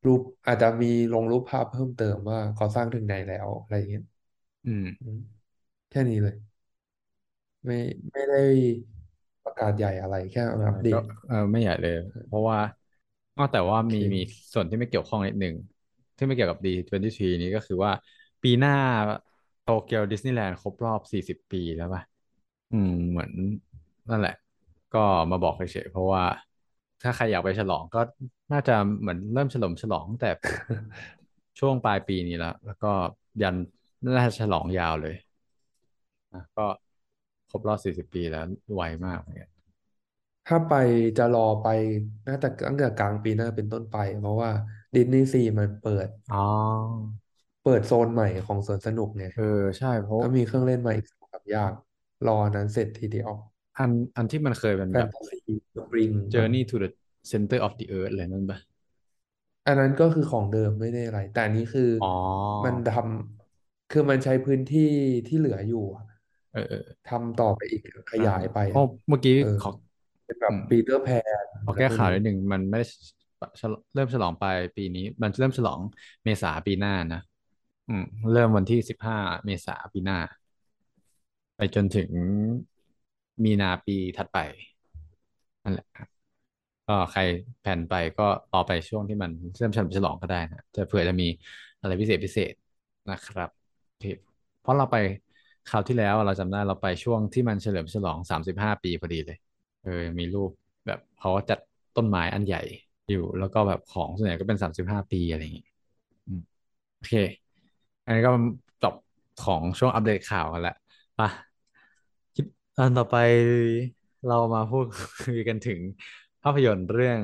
รูปอาจจะมีลงรูปภาพเพิ่มเติมว่าก่อสร้างถึงไหนแล้วอะไรอย่างเงี้ยอืมอืมแค่นี้เลยไม่ไม่ได้ประกาศใหญ่อะไรแค่มาอัปเดก็ตไม่ใหญ่เลยเพราะว่าแต่ว่าโอเคมีส่วนที่ไม่เกี่ยวข้องนิดหนึ่งที่ไม่เกี่ยวกับ D23 นี้ก็คือว่าปีหน้าโตเกียวดิสนีย์แลนด์ครบรอบ40ปีแล้วป่ะเหมือนนั่นแหละก็มาบอกเฉยๆเพราะว่าถ้าใครอยากไปฉลองก็น่าจะเหมือนเริ่มฉลองตั้งแต่ช่วงปลายปีนี้แล้วก็ยันน่าจะฉลองยาวเลยก็ครบรอบ40ปีแล้วไวมากเหมือนกันถ้าไปจะรอไปน่าจะตั้งแต่กลางปีหน้าเป็นต้นไปเพราะว่าดิสนีย์ซีมันอ๋อเปิดโซนใหม่ของสวนสนุกไงเออใช่เพราะก็มีเครื่องเล่นใหม่อีก2-3 อย่างรออันนั้นเสร็จทีเดียวอันที่มันเคยเป็นแฟแบบนตาซีสปริงมั้ง Journey to the Center of the Earth อะไรนั่นปะอันนั้นก็คือของเดิมไม่ได้อะไรแต่อันนี้คืออ๋อมันคือมันใช้พื้นที่ที่เหลืออยู่อะเออทำต่อไปอีกขอ่ายายไปโอ้อ่ะเมื่อกี้เออขอเป็นแบบอืมปีเตอร์แพนขอแก้อะไรพวกนี้ข่าวนิดหนึ่งมันไม่ได้เริ่มฉลองปลายปีนี้มันเริ่มฉลองเมษาปีหน้านะอืมเริ่มวันที่15เมษาปีหน้าไปจนถึงมีนาปีถัดไปนั่นแหละ ก็ใครแผนไปก็รอไปช่วงที่มันเริ่มเฉลิมฉลองก็ได้นะจะเผื่อจะมีอะไรพิเศษนะครับโอเคเพราะเราไปคราวที่แล้วเราจำได้เราไปช่วงที่มันเฉลิมฉลอง35 ปีพอดีเลยมีรูปแบบเขาจัดต้นไม้อันใหญ่อยู่แล้วก็แบบของส่วนใหญ่ก็เป็น35 ปีอะไรอย่างงี้อืมโอเคอันนี้ก็จบของช่วงอัปเดตข่าวกันแล้วป่ะคิดอันต่อไปเรามาพูดคุยกันถึง ภาพยนตร์เรื่อง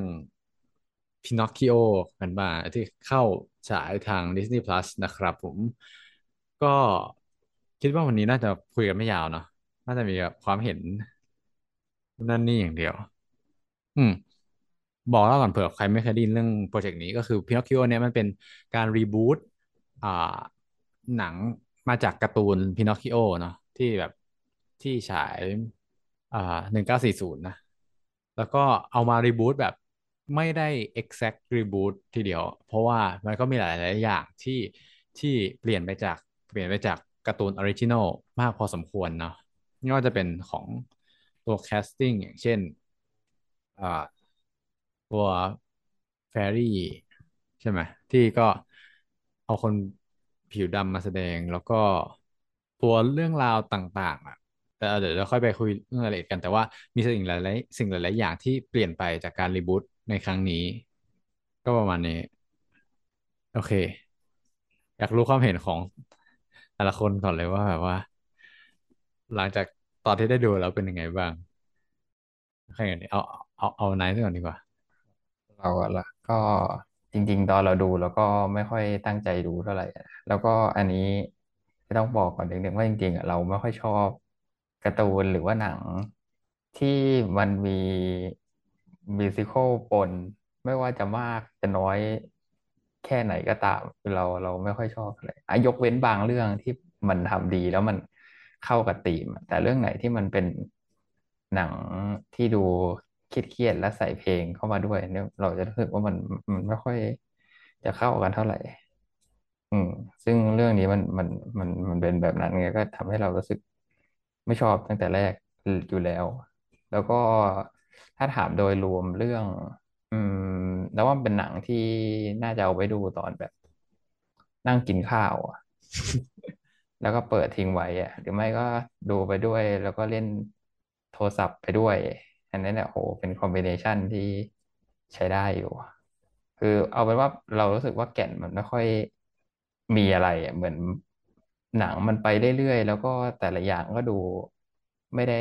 Pinocchio กันบ้างที่เข้าฉายทาง Disney Plus นะครับผมก็คิดว่าวันนี้น่าจะคุยกันไม่ยาวเนาะน่าจะมีแบบความเห็นนั่นนี่อย่างเดียวอืมบอกเล่าก่อนเผื่อใครไม่เคยได้ยินเรื่องโปรเจกต์นี้ก็คือ Pinocchio เนี่ยมันเป็นการรีบูตอ่าหนังมาจากการ์ตูน Pinocchio เนาะที่แบบที่ฉายอ่า1940นะ แล้วก็เอามารีบูตแบบไม่ได้ exact reboot ทีเดียวเพราะว่ามันก็มีหลายๆอย่างที่เปลี่ยนไปจากการ์ตูนออริจินอลมากพอสมควรเนาะไม่ว่าจะเป็นของตัวแคสติ้งอย่างเช่นอ่าตัวแฟรี่ใช่ไหมที่ก็เอาคนผิวดำมาแสดงแล้วก็ตัวเรื่องราวต่างๆอ่ะ แต่เดี๋ยวเราค่อยไปคุยเรื่องรายละเอียดกันแต่ว่ามีสิ่งหลายๆอย่างที่เปลี่ยนไปจากการรีบูตในครั้งนี้ก็ประมาณนี้โอเคอยากรู้ความเห็นของแต่ละคนก่อนเลยว่าแบบว่าหลังจากตอนที่ได้ดูแล้วเป็นยังไงบ้างโอเคงั้นเอาไนท์ก่อนดีกว่าเราอะละก็จริงๆตอนเราดูแล้วก็ไม่ค่อยตั้งใจดูเท่าไหร่อะแล้วก็อันนี้ต้องบอกก่อนเด็กๆว่าจริงๆอะเราไม่ค่อยชอบการ์ตูนหรือว่าหนังที่มันมีมิวสิคอลปนไม่ว่าจะมากจะน้อยแค่ไหนก็ตามคือเราไม่ค่อยชอบเลยอ่ะยกเว้นบางเรื่องที่มันทำดีแล้วมันเข้ากับธีมอะแต่เรื่องไหนที่มันเป็นหนังที่ดูเครียดๆและใส่เพลงเข้ามาด้วยเนี่ยเราจะรู้สึกว่ามันไม่ค่อยจะเข้ากันเท่าไหร่อืมซึ่งเรื่องนี้มันเป็นแบบนั้นไงก็ทำให้เรารู้สึกไม่ชอบตั้งแต่แรกอยู่แล้วแล้วก็ถ้าถามโดยรวมเรื่อง อืมแล้วว่ามันเป็นหนังที่น่าจะเอาไว้ดูตอนแบบนั่งกินข้าวอะแล้วก็เปิดทิ้งไว้อะหรือไม่ก็ดูไปด้วยแล้วก็เล่นโทรศัพท์ไปด้วยอันนั้นเนี่ยโหเป็นคอมบิเนชันที่ใช้ได้อยู่คือเอาเป็นว่าเรารู้สึกว่าแก่นมันไม่ค่อยมีอะไรอะเหมือนหนังมันไปเรื่อยๆแล้วก็แต่ละอย่างก็ดูไม่ได้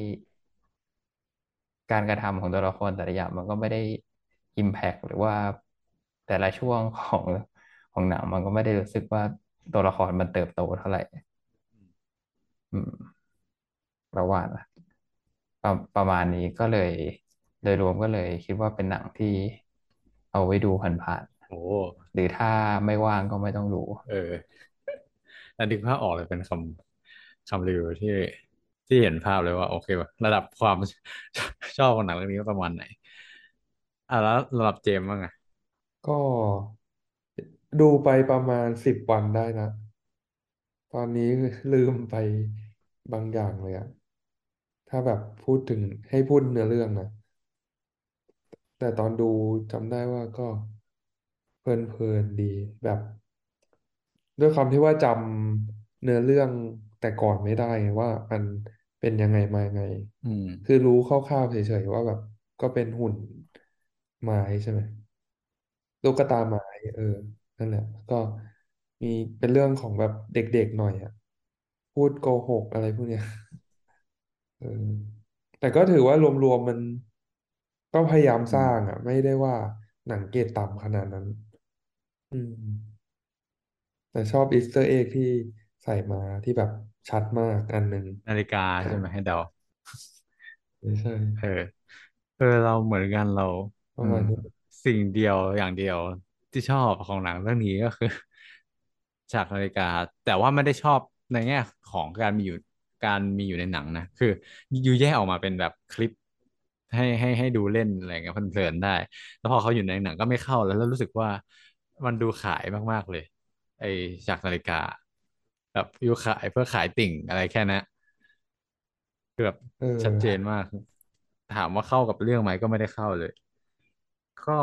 การกระทำของตัวละครแต่ละอย่างมันก็ไม่ได้อิมแพกหรือว่าแต่ละช่วงของหนังมันก็ไม่ได้รู้สึกว่าตัวละครมันเติบโตเท่าไหร่อืมเราว่านะประมาณนี้ก็เลยโดยรวมก็เลยคิดว่าเป็นหนังที่เอาไว้ดูผ่านโอ้ๆหรือถ้าไม่ว่างก็ไม่ต้องดูเออแต่ดึกภาพออกเลยเป็นคำรีวิวที่เห็นภาพเลยว่าโอเคแบบระดับความชอบของหนังเรื่องนี้ประมาณไหนแล้วระดับเจมส์บ้างไงก็ดูไปประมาณ10 วันได้นะตอนนี้ลืมไปบางอย่างเลยอะถ้าแบบพูดถึงให้พูดเนื้อเรื่องนะแต่ตอนดูจำได้ว่าก็เพลินดีแบบด้วยความที่ว่าจำเนื้อเรื่องแต่ก่อนไม่ได้ไงว่ามันเป็นยังไงมายังไงอืมคือรู้คร่าวๆเฉยๆว่าแบบก็เป็นหุ่นไม้ใช่ไหม ลูกกระตาไม้เออนั่นแหละก็มีเป็นเรื่องของแบบเด็กๆหน่อยอ่ะพูดโกหกอะไรพวกเนี้ยเออแต่ก็ถือว่ารวมๆมันก็พยายามอืมสร้างอ่ะไม่ได้ว่าหนังเกรดต่ำขนาดนั้นอืมแต่ชอบอีสเตอร์เอ็กที่ใส่มาที่แบบชัดมากอันหนึ่งนาฬิกาใช่ไหมให้เดาไม่ใช่เออเราเหมือนกันเราอืมประมาณนี้สิ่งเดียวอย่างเดียวที่ชอบของหนังเรื่องนี้ก็คือฉากนาฬิกาแต่ว่าไม่ได้ชอบในแง่ของการมีอยู่ในหนังนะคืออยู่แยกออกมาเป็นแบบคลิปให้ดูเล่นอะไรเงี้ยเพลินๆได้แล้วพอเขาอยู่ในหนังก็ไม่เข้าแล้วรู้สึกว่ามันดูขายมากๆเลยไอ้ฉากนาฬิกาแบบอยู่ขายเพื่อขายติ่งอะไรแค่นั้น คือแบบเอชัดเจนอมากถามว่าเข้ากับเรื่องไหมก็ไม่ได้เข้าเลยก็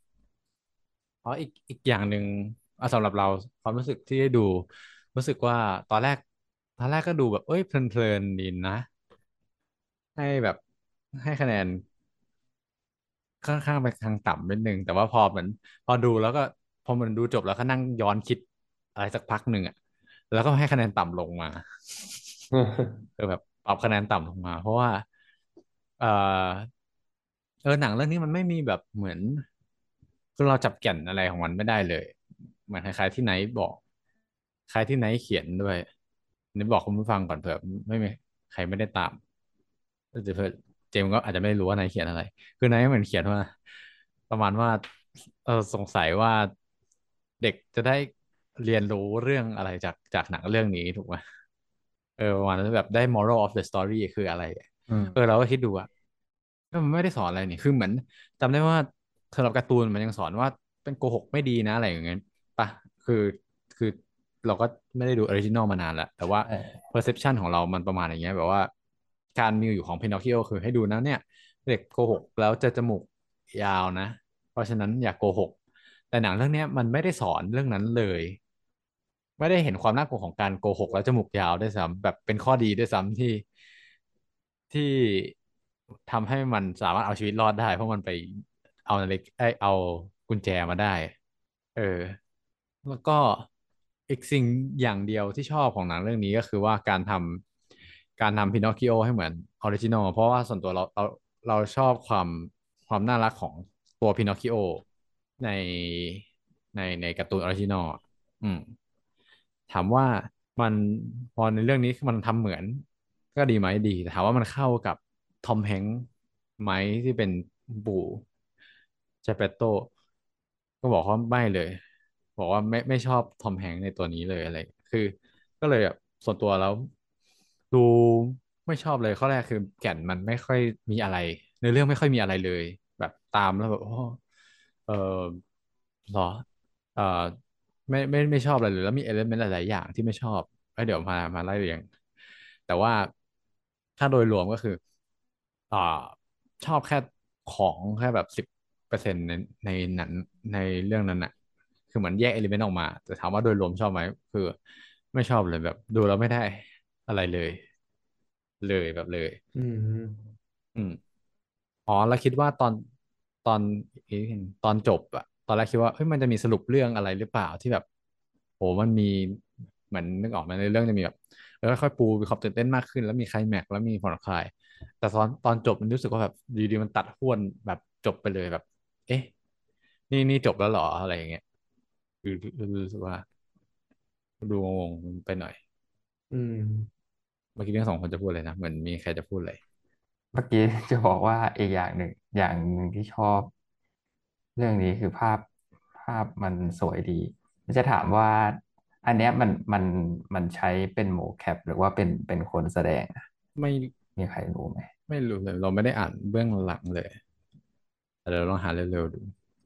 อีกอย่างหนึ่งสำหรับเราความรู้สึกที่ได้ดูรู้สึกว่าตอนแรกก็ดูแบบเอ้ยเพลินๆดีนะให้แบบให้คะแนนค่อนข้างไปทางต่ำนิดนึงแต่ว่าพอดูแล้วก็พอมันดูจบแล้วก็นั่งย้อนคิดอะไรสักพักหนึ่งอ่ะแล้วก็ให้คะแนนต่ำลงมา แบบปรับคะแนนต่ำลงมาเพราะว่าเออหนังเรื่องนี้มันไม่มีแบบเหมือนคือเราจับแก่นอะไรของมันไม่ได้เลยเหมือนคล้ายๆที่ไนท์บอกคล้ายที่ไนท์เขียนด้วยนี่บอกคุณผู้ฟังก่อนเผื่อไม่มีใครไม่ได้ตามเผื่อเจมส์ก็อาจจะไม่รู้ว่าไนท์เขียนอะไรคือไนท์เหมือนเขียนว่าประมาณว่าสงสัยว่าเด็กจะได้เรียนรู้เรื่องอะไรจากหนังเรื่องนี้ถูกไหม ประมาณนั้นแบบได้ moral of the story คืออะไรอืมเราก็คิดดูอะก็มันไม่ได้สอนอะไรนี่คือเหมือนจำได้ว่าสำหรับการ์ตูนมันยังสอนว่าเป็นโกหกไม่ดีนะอะไรอย่างเงี้ยปะคือคือเราก็ไม่ได้ดูออริจินอลมานานแล้วแต่ว่าใช่ perception ของเรามันประมาณอย่างเงี้ยแบบว่าการมีอยู่ของ Pinocchio คือให้ดูนะเนี่ยเด็กโกหกแล้วจะจมูกยาวนะเพราะฉะนั้นอย่าโกหกแต่หนังเรื่องเนี้ยมันไม่ได้สอนเรื่องนั้นเลย ไม่ได้เห็นความน่ากลัวของการโกหกแล้วจมูกยาวด้วยซ้ำแบบเป็นข้อดีด้วยซ้ำที่ทำให้มันสามารถเอาชีวิตรอดได้เพราะมันไปเอานาฬิกเอากุญแจมาได้เออแล้วก็อีกสิ่งอย่างเดียวที่ชอบของหนังเรื่องนี้ก็คือว่าการทำพินอคคิโอให้เหมือนออริจินอลเพราะว่าส่วนตัวเราชอบความน่ารักของตัวพินอคคิโอในในการ์ตูนออริจินอล อืมถามว่ามันพอในเรื่องนี้มันทำเหมือนก็ดีไหมดีแต่ถามว่ามันเข้ากับทอมแฮงค์ไหมที่เป็นปู่เจเปโตก็บอกว่าไม่เลยบอกว่าไม่ชอบทอมแฮงค์ในตัวนี้เลยอะไรคือก็เลยแบบส่วนตัวแล้วดูไม่ชอบเลยข้อแรกคือแก่นมันไม่ค่อยมีอะไรในเรื่องไม่ค่อยมีอะไรเลยแบบตามแล้วแบบโอ้เออเหรอ เอ่อไม่ชอบอะไรเลยแล้วมีเอลิเมนต์หลายๆอย่างที่ไม่ชอบเดี๋ยวมาไล่เรียงแต่ว่าถ้าโดยรวมก็คืออ่าชอบของแค่แบบ10%ในนั้นในเรื่องนั้นน่ะคือเหมือนแยกเอลิเมนต์ออกมาแต่ถามว่าโดยรวมชอบไหมคือไม่ชอบเลยแบบดูแล้วไม่ได้อะไรเลยแบบเลยอืมอืม อ๋อแล้วคิดว่าตอนเอ๊ะตอนจบอะตอนแรกคิดว่าเฮ้ยมันจะมีสรุปเรื่องอะไรหรือเปล่าที่แบบโหมันมีเหมือนนึกออกไหมาในเรื่องจะมีแบบค่อยๆปูมีความตื่นเต้นมากขึ้นแล้วมีไคลแม็กซ์แล้วมีผ่อนคลายแต่ตอนจบมันรู้สึกว่าแบบอยู่ดีมันตัดห้วนแบบจบไปเลยแบบเอ๊ะนี่จบแล้วเหรออะไรอย่างเงี้ยคือรู้สึกว่าดูงงๆไปหน่อยอืมเมื่อกี้เรื่องสองคนจะพูดเลยนะเหมือนมีใครจะพูดเลยเมื่อกี้จะบอกว่าอีกอย่างหนึ่งที่ชอบเรื่องนี้คือภาพมันสวยดีจะถามว่าอันเนี้ยมันใช้เป็นโมแคปหรือว่าเป็นคนแสดงอะไม่มีใครรู้ไหมไม่รู้เลยเราไม่ได้อ่านเบื้องหลังเลยแต่เดี๋ยวลองหาเร็วๆดู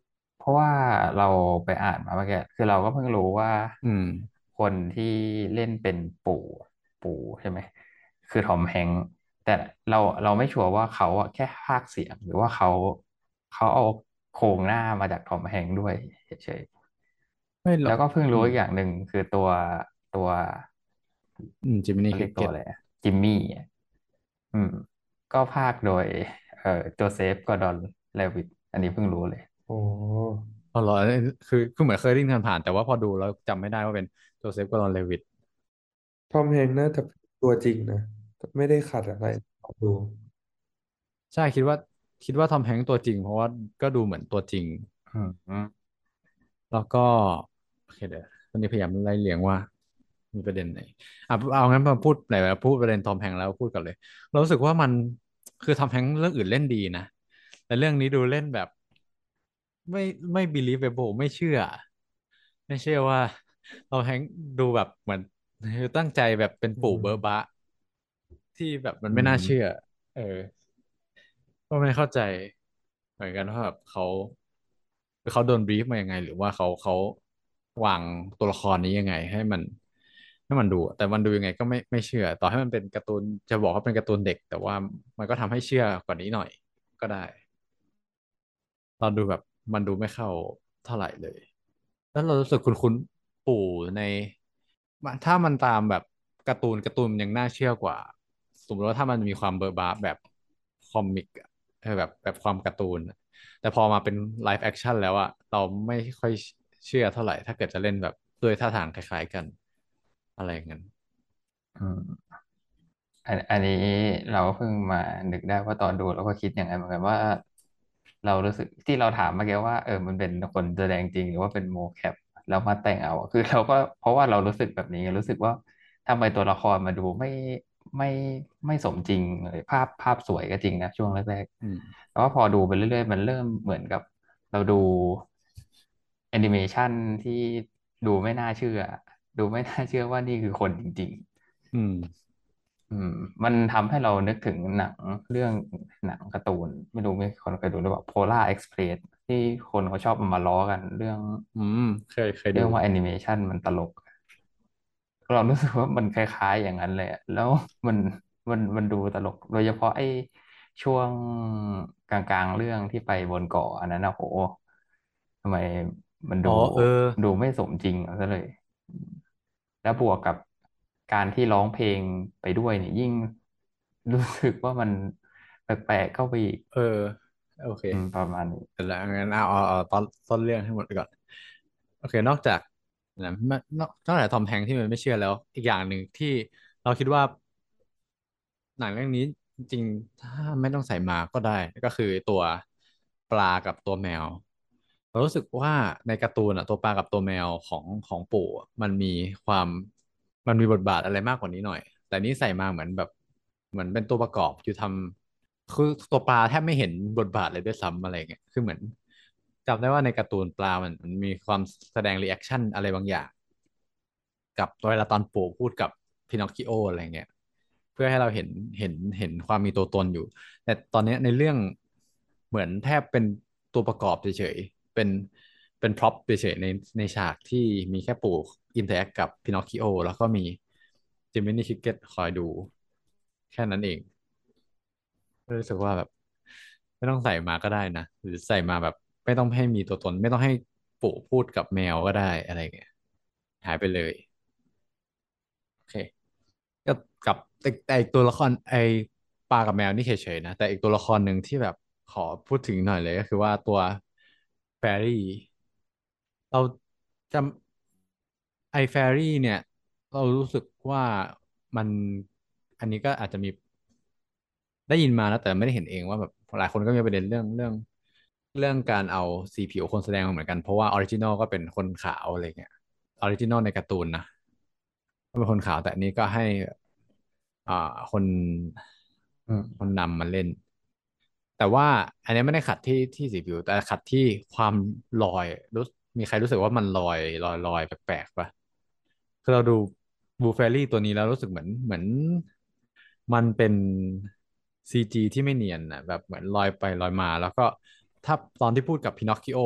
ราะว่าเราไปอ่านมาเมื่อกี้คือเราก็เพิ่งรู้ว่าอืมคนที่เล่นเป็นปู่ใช่ไหมคือทอมแฮงค์แต่เราไม่ชัวร์ว่าเขาอะแค่พากย์เสียงหรือว่าเขาเอาโครงหน้ามาจากทอมแฮงค์ด้วยเฉยไม่หรอกๆแล้วก็เพิ่งอืมรู้อีกอย่างหนึ่งคือตัวจิมมี่เขาเรีคริกเก็ตยกตัวอะไรอะจิมมี่อะอืมก็พากย์โดยโจเซฟกอร์ดอนเลวิตอันนี้เพิ่งรู้เลยโอ้อ๋อเหรอคือเหมือนเคยได้ยินผ่านๆแต่ว่าพอดูแล้วจำไม่ได้ว่าเป็นโจเซฟกอร์ดอนเลวิตทอมแฮงค์น่าจะเป็นตัวจริงนะไม่ได้ขัดอะไรดูใช่คิดว่าทอมแฮงค์ตัวจริงเพราะว่าก็ดูเหมือนตัวจริงอืมแล้วก็โอเคเดี๋ยวตอนนี้พยายามไล่เรียงว่ามีประเด็นไหนเอางั้นมาพูดไหนมาพูดประเด็นทอมแฮงค์แล้วพูดกันเลยเรารู้สึกว่ามันคือทอมแฮงค์เรื่องอื่นเล่นดีนะแต่เรื่องนี้ดูเล่นแบบไม่ไม่ believable ไม่เชื่อว่าทอมแฮงค์ดูแบบเหมือนตั้งใจแบบเป็นอืปู่เบอร์บะมที่แบบมันอืไม่น่าเชื่อมเออ ก็ไม่เข้าใจเหมือนกันว่าแบบเขาโดนบรีฟมายังไงหรือว่าเขาวางตัวละครนี้ยังไงให้มันดูแต่มันดูยังไงก็ไม่เชื่อต่อให้มันเป็นการ์ตูนจะบอกว่าเป็นการ์ตูนเด็กแต่ว่ามันก็ทำให้เชื่อกว่านี้หน่อยก็ได้เราดูแบบมันดูไม่เข้าเท่าไหร่เลยแล้วเรารู้สึกคุณปู่ในถ้ามันตามแบบการ์ตูนมันยังน่าเชื่อกว่าสมมติว่าถ้ามันมีความเบอร์บาแบบคอมิกอะแบบความการ์ตูน แต่พอมาเป็นไลฟ์แอคชั่นแล้วอะเราไม่ค่อยเชื่อเท่าไหร่ถ้าเกิดจะเล่นแบบด้วยท่าทางคล้ายๆกันอะไรอย่างนั้นอืม อันนี้เราก็เพิ่งมานึกได้ว่าตอนดูเราก็คิดอย่างนั้นเหมือนกันว่าเรารู้สึกที่เราถามเมื่อกี้ว่ามันเป็นคนแสดงจริงหรือว่าเป็นโมแคปแล้วมาแต่งเอาคือเราก็เพราะว่าเรารู้สึกแบบนี้รู้สึกว่าทำไมตัวละครมาดูไม่ไม่สมจริงเลยภาพสวยก็จริงนะช่วงแรกอืมๆแต่ว่าพอดูไปเรื่อยๆมันเริ่มเหมือนกับเราดูแอนิเมชันที่ดูไม่น่าเชื่อดูไม่น่าเชื่อว่านี่คือคนจริงๆอืมอืมมันทำให้เรานึกถึงหนังเรื่องหนังการ์ตูนไม่รู้มีคนเคยดูหรือเปล่า Polar Express ที่คนเขาชอบเอามาล้อกันอืมเคยดูเรื่องว่าแอนิเมชันมันตลกเรารู้สึกว่ามันคล้ายๆอย่างนั้นเลยอะแล้วมันมันดูตลกโดยเฉพาะไอ้ช่วงกลางๆเรื่องที่ไปบนเกาะอันนั้นนะโหทำไมมันดูอ๋อดูไม่สมจริงเอาซะเลย แล้วบวกกับการที่ร้องเพลงไปด้วยเนี่ยยิ่งรู้สึกว่ามันแปลกๆเข้าไปอีกเออโอเคประมาณนี้แต่ละงั้นเอาตอนเรื่องให้หมดก่อนโอเคนอกจากนะนอกจากทอมแฮงค์ที่มันไม่เชื่อแล้วอีกอย่างหนึ่งที่เราคิดว่า หนังเรื่องนี้จริงๆถ้าไม่ต้องใส่มาก็ได้ก็คือตัวปลากับตัวแมวเรารู้สึกว่าในการ์ตูนอ่ะตัวปลากับตัวแมวของปู่อะความมันมีบทบาทอะไรมากกว่านี้หน่อยแต่นี่ใส่มาเหมือนเป็นตัวประกอบอยู่คือตัวปลาแทบไม่เห็นบทบาทเลยด้วยซ้ำอะไรเงี้ยคือเหมือนจำได้ว่าในการ์ตูนปลามันมีความแสดงรีแอคชั่นอะไรบางอย่าง กับเวลาตอนปู่พูดกับพินอคคิโออะไรเงี้ยเพื่อให้เราเห็นความมีตัวตนอยู่แต่ตอนเนี้ยในเรื่องเหมือนแทบเป็นตัวประกอบเฉยๆเป็นพร็อพเฉยๆในฉากที่มีแค่ปู่อินเตอร์แอคกับพินอคคิโอแล้วก็มีจิมมี่คิกเก็ตคอยดูแค่นั้นเองรู้สึกว่าแบบไม่ต้องใส่มาก็ได้นะหรือใส่มาแบบไม่ต้องให้มีตัวตนไม่ต้องให้ปู่พูดกับแมวก็ได้อะไรเงี้ยหายไปเลยโอเค ก็กับแต่อีกตัวละครไอ้ปลากับแมวนี่เฉยๆนะแต่อีกตัวละครหนึ่งที่แบบขอพูดถึงหน่อยเลยก็คือว่าตัวแฟรี่เราจำไอ้แฟรี่เนี่ยเรารู้สึกว่ามันอันนี้ก็อาจจะมีได้ยินมาแล้วแต่ไม่ได้เห็นเองว่าแบบหลายคนก็มีประเด็นเรื่องการเอาสีผิวคนแสดงมาเหมือนกันเพราะว่าออริจินอลก็เป็นคนขาวอะไรเงี้ยออริจินอลในการ์ตูนนะก็เป็นคนขาวแต่อันนี้ก็ให้อ่าคนอืมคนนำมาเล่น แต่ว่าอันนี้ไม่ได้ขัดที่สีผิวแต่ขัดที่ความลอยรู้มีใครรู้สึกว่ามันลอยแปลกๆปะคือเราดูบูเฟอรี่ตัวนี้แล้วรู้สึกเหมือนมันเป็นซีจีที่ไม่เนียนนะแบบเหมือนลอยไปลอยมาแล้วก็ถ้าตอนที่พูดกับพินอคคิโออ่ะ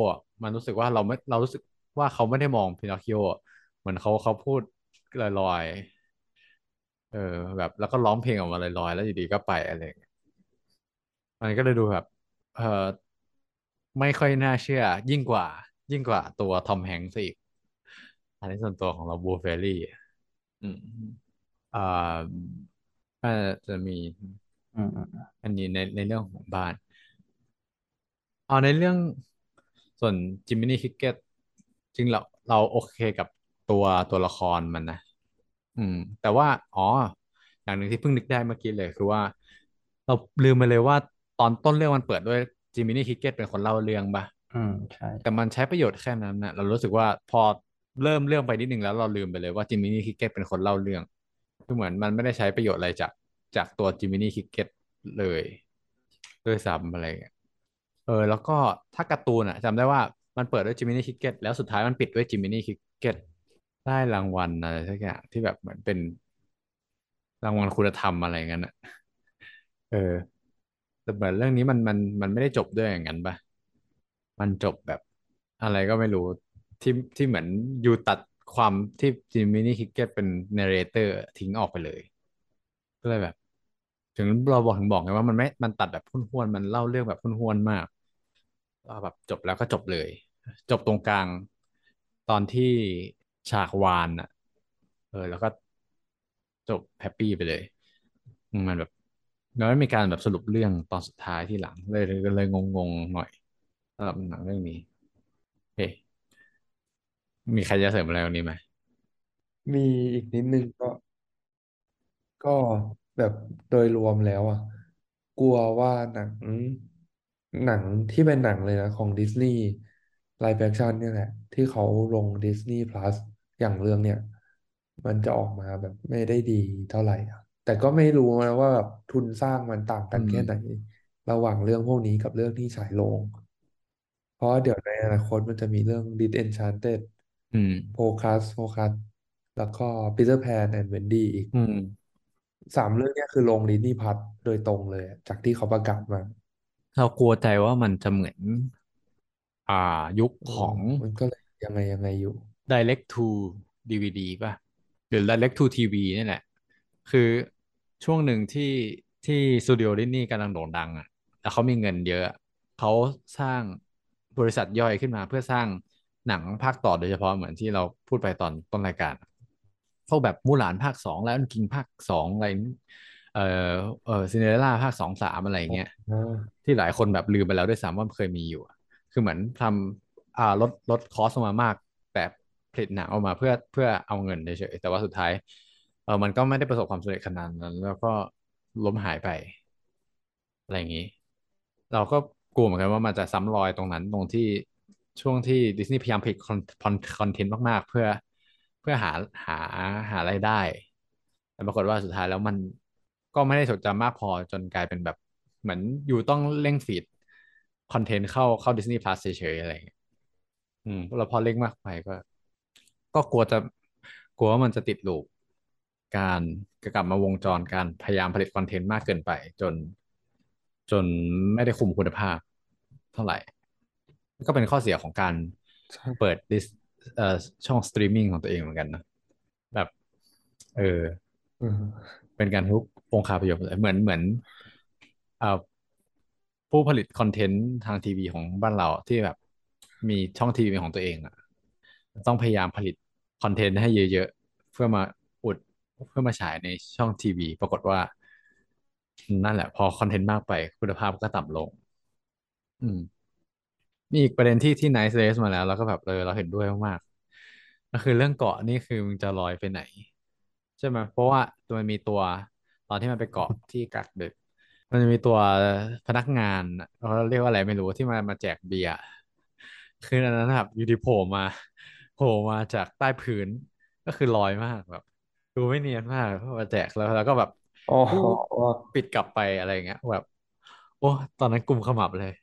มันรู้สึกว่าเรารู้สึกว่าเขาไม่ได้มองพินอคคิโอเหมือนเขาพูดลอยๆแบบแล้วก็ร้องเพลงออกมาลอยๆแล้วอยู่ดีก็ไปอะไรอย่างเงี้ยมันก็เลยดูแบบเออไม่ค่อยน่าเชื่อยิ่งกว่าตัวทอมแฮงค์ซะอีกอันนี้ส่วนตัวของเราบูเฟรลี่อืมอ่าก็จะมีอืมอืมอันนี้ในเรื่องของบ้าน เอาในเรื่องส่วนจิมมี่นี่คิกเก็ตจริงเราโอเคกับตัวละครมันนะแต่ว่าอ๋ออย่างหนึ่งที่เพิ่งนึกได้เมื่อกี้เลยคือว่าเราลืมไปเลยว่าตอนต้นเรื่องมันเปิดด้วยจิมมี่นี่คิกเก็ตเป็นคนเล่าเรื่องปะอืมใช่แต่มันใช้ประโยชน์แค่นั้นนะเรารู้สึกว่าพอเริ่มเรื่องไปนิดนึงแล้วเราลืมไปเลยว่าจิมมี่นี่คิกเก็ตเป็นคนเล่าเรื่องคือเหมือนมันไม่ได้ใช้ประโยชน์อะไรจากตัวจิมมี่นี่คิกเก็ตเลยด้วยซ้ำอะไรเงี้ย แล้วก็ถ้าการ์ตูนอ่ะจำได้ว่ามันเปิดด้วยจิมมี่นี่คิกเก็ตแล้วสุดท้ายมันปิดด้วยจิมมี่นี่คิกเก็ตได้รางวัลอะไรสักอย่างที่แบบเหมือนเป็นรางวัลคุณธรรมอะไรอย่างนั้นอ่ะเออแต่เหมือนเรื่องนี้มันไม่ได้จบด้วยอย่างนั้นปะมันจบแบบอะไรก็ไม่รู้ที่ที่เหมือนอยู่ตัดความที่จิมมี่นี่คิกเก็ตเป็นเนเรเตอร์ทิ้งออกไปเลยก็เลยแบบถึงบอกไงว่ามันตัดแบบห้วนๆมันเล่าเรื่องแบบห้วนๆมาก ว่าแบบจบแล้วก็จบเลยจบตรงกลางตอนที่ฉากวานอ่ะแล้วก็จบแฮปปี้ไปเลยมันแบบแล้วไม่มีการแบบสรุปเรื่องตอนสุดท้ายที่หลังเลยงงๆหน่อยสำหรับหนังเรื่องนี้เฮ้มีใครจะเสริมอะไรตรงนี้ไหมมีอีกนิดนึงก็แบบโดยรวมแล้วอ่ะกลัวว่าหนังที่เป็นหนังเลยนะของดิสนีย์ไลฟ์แอคชั่นเนี่ยแหละที่เขาลง Disney Plus อย่างเรื่องเนี่ยมันจะออกมาแบบไม่ได้ดีเท่าไหร่อ่ะแต่ก็ไม่รู้นะว่าแบบทุนสร้างมันต่างกัอืมนแค่ไหนระหว่างเรื่องพวกนี้กับเรื่องที่ฉายโรงเพราะว่าเดี๋ยวในอนาคตมันจะมีเรื่อง Disenchanted อืมโฟคัสแล้วก็ Peter Pan and Wendy อีกอืม 3 เรื่องเนี้ยคือลงดิสนีย์พลัสโดยตรงเลยอะจากที่เขาประกาศมาเรากลัวใจว่ามันจะเหมือนอ่ายุคเออของมันก็เลยยังไงอยู่ Direct to DVD ป่ะหรือ Direct to TV นี่แหละคือช่วงหนึ่งที่สตูดิโอดิสนีย์กำลังโด่งดังอ่ะแล้วเขามีเงินเยอะเขาสร้างบริษัทย่อยขึ้นมาเพื่อสร้างหนังภาคต่อโดยเฉพาะเหมือนที่เราพูดไปตอนต้นรายการพวกแบบมูหลานภาค 2แล้วกิงภาคสองอะไรเอ่อซินเดอเรลล่าภาค2 3อะไรอย่างเงี้ยอ่าที่หลายคนแบบลืมไปแล้วด้วยซ้ำว่ามันเคยมีอยู่อะคือเหมือนทำลดคอสลงมามาก แต่ผลิตหนังออกมาเพื่อเอาเงินเฉยๆแต่ว่าสุดท้ายมันก็ไม่ได้ประสบความสำเร็จขนาดนั้นแล้วก็ล้มหายไปอะไรอย่างนี้เราก็กลัวเหมือนกันว่ามันจะซ้ำรอยตรงนั้นตรงที่ช่วงที่ดิสนีย์พยายามผลิตคอนเทนต์มากๆเพื่อหาหารายได้แต่ปรากฏว่าสุดท้ายแล้วมันก็ไม่ได้จดจำมากพอจนกลายเป็นแบบเหมือนอยู่ต้องเร่งฟีดคอนเทนต์เข้าดิสนีย์พลัสเฉยๆอะไรอย่างเงี้ย แล้วพอเร่งมากไปก็กลัวว่ามันจะติดลูปการกลับมาวงจรการพยายามผลิตคอนเทนต์มากเกินไปจนจนไม่ได้คุมคุณภาพเท่าไหร่ก็เป็นข้อเสียของการเปิใช่ดเอ่อช่องสตรีมมิ่งของตัวเองเหมือนกันนะแบบเอออืมเป็นการทุบองค์คาพยพเลยเหมือนเอ่อผู้ผลิตคอนเทนต์ทางทีวีของบ้านเราที่แบบมีช่องทีวีเป็นของตัวเองอะ ต้องพยายามผลิตคอนเทนต์ให้เยอะๆเพื่อมาอุดเพื่อมาฉายในช่องทีวีปรากฏว่านั่นแหละพอคอนเทนต์มากไปคุณภาพก็ต่ำลงอืมมีอีกประเด็นที่ไนซ์เรสมาแล้วก็แบบเราเห็นด้วยมากๆก็คือเรื่องเกาะนี่คือมึงจะลอยไปไหนใช่ไหมเพราะว่าตัวมันมีตัวตอนที่มันไปเกาะที่กักดึกมันจะมีตัวพนักงานเขาเรียกว่าอะไรไม่รู้ที่มาแจกเบียร์คืออันนั้นแบบอยู่ดีโผล่มาจากใต้พื้นก็คือลอยมากแบบดูไม่เนียนมากเพราะมาแจกแล้วก็แบบอ๋อปุ๊บว่าปิดกลับไปอะไรอย่างเงี้ยแบบโอ้ตอนนั้นกุมขมับเลย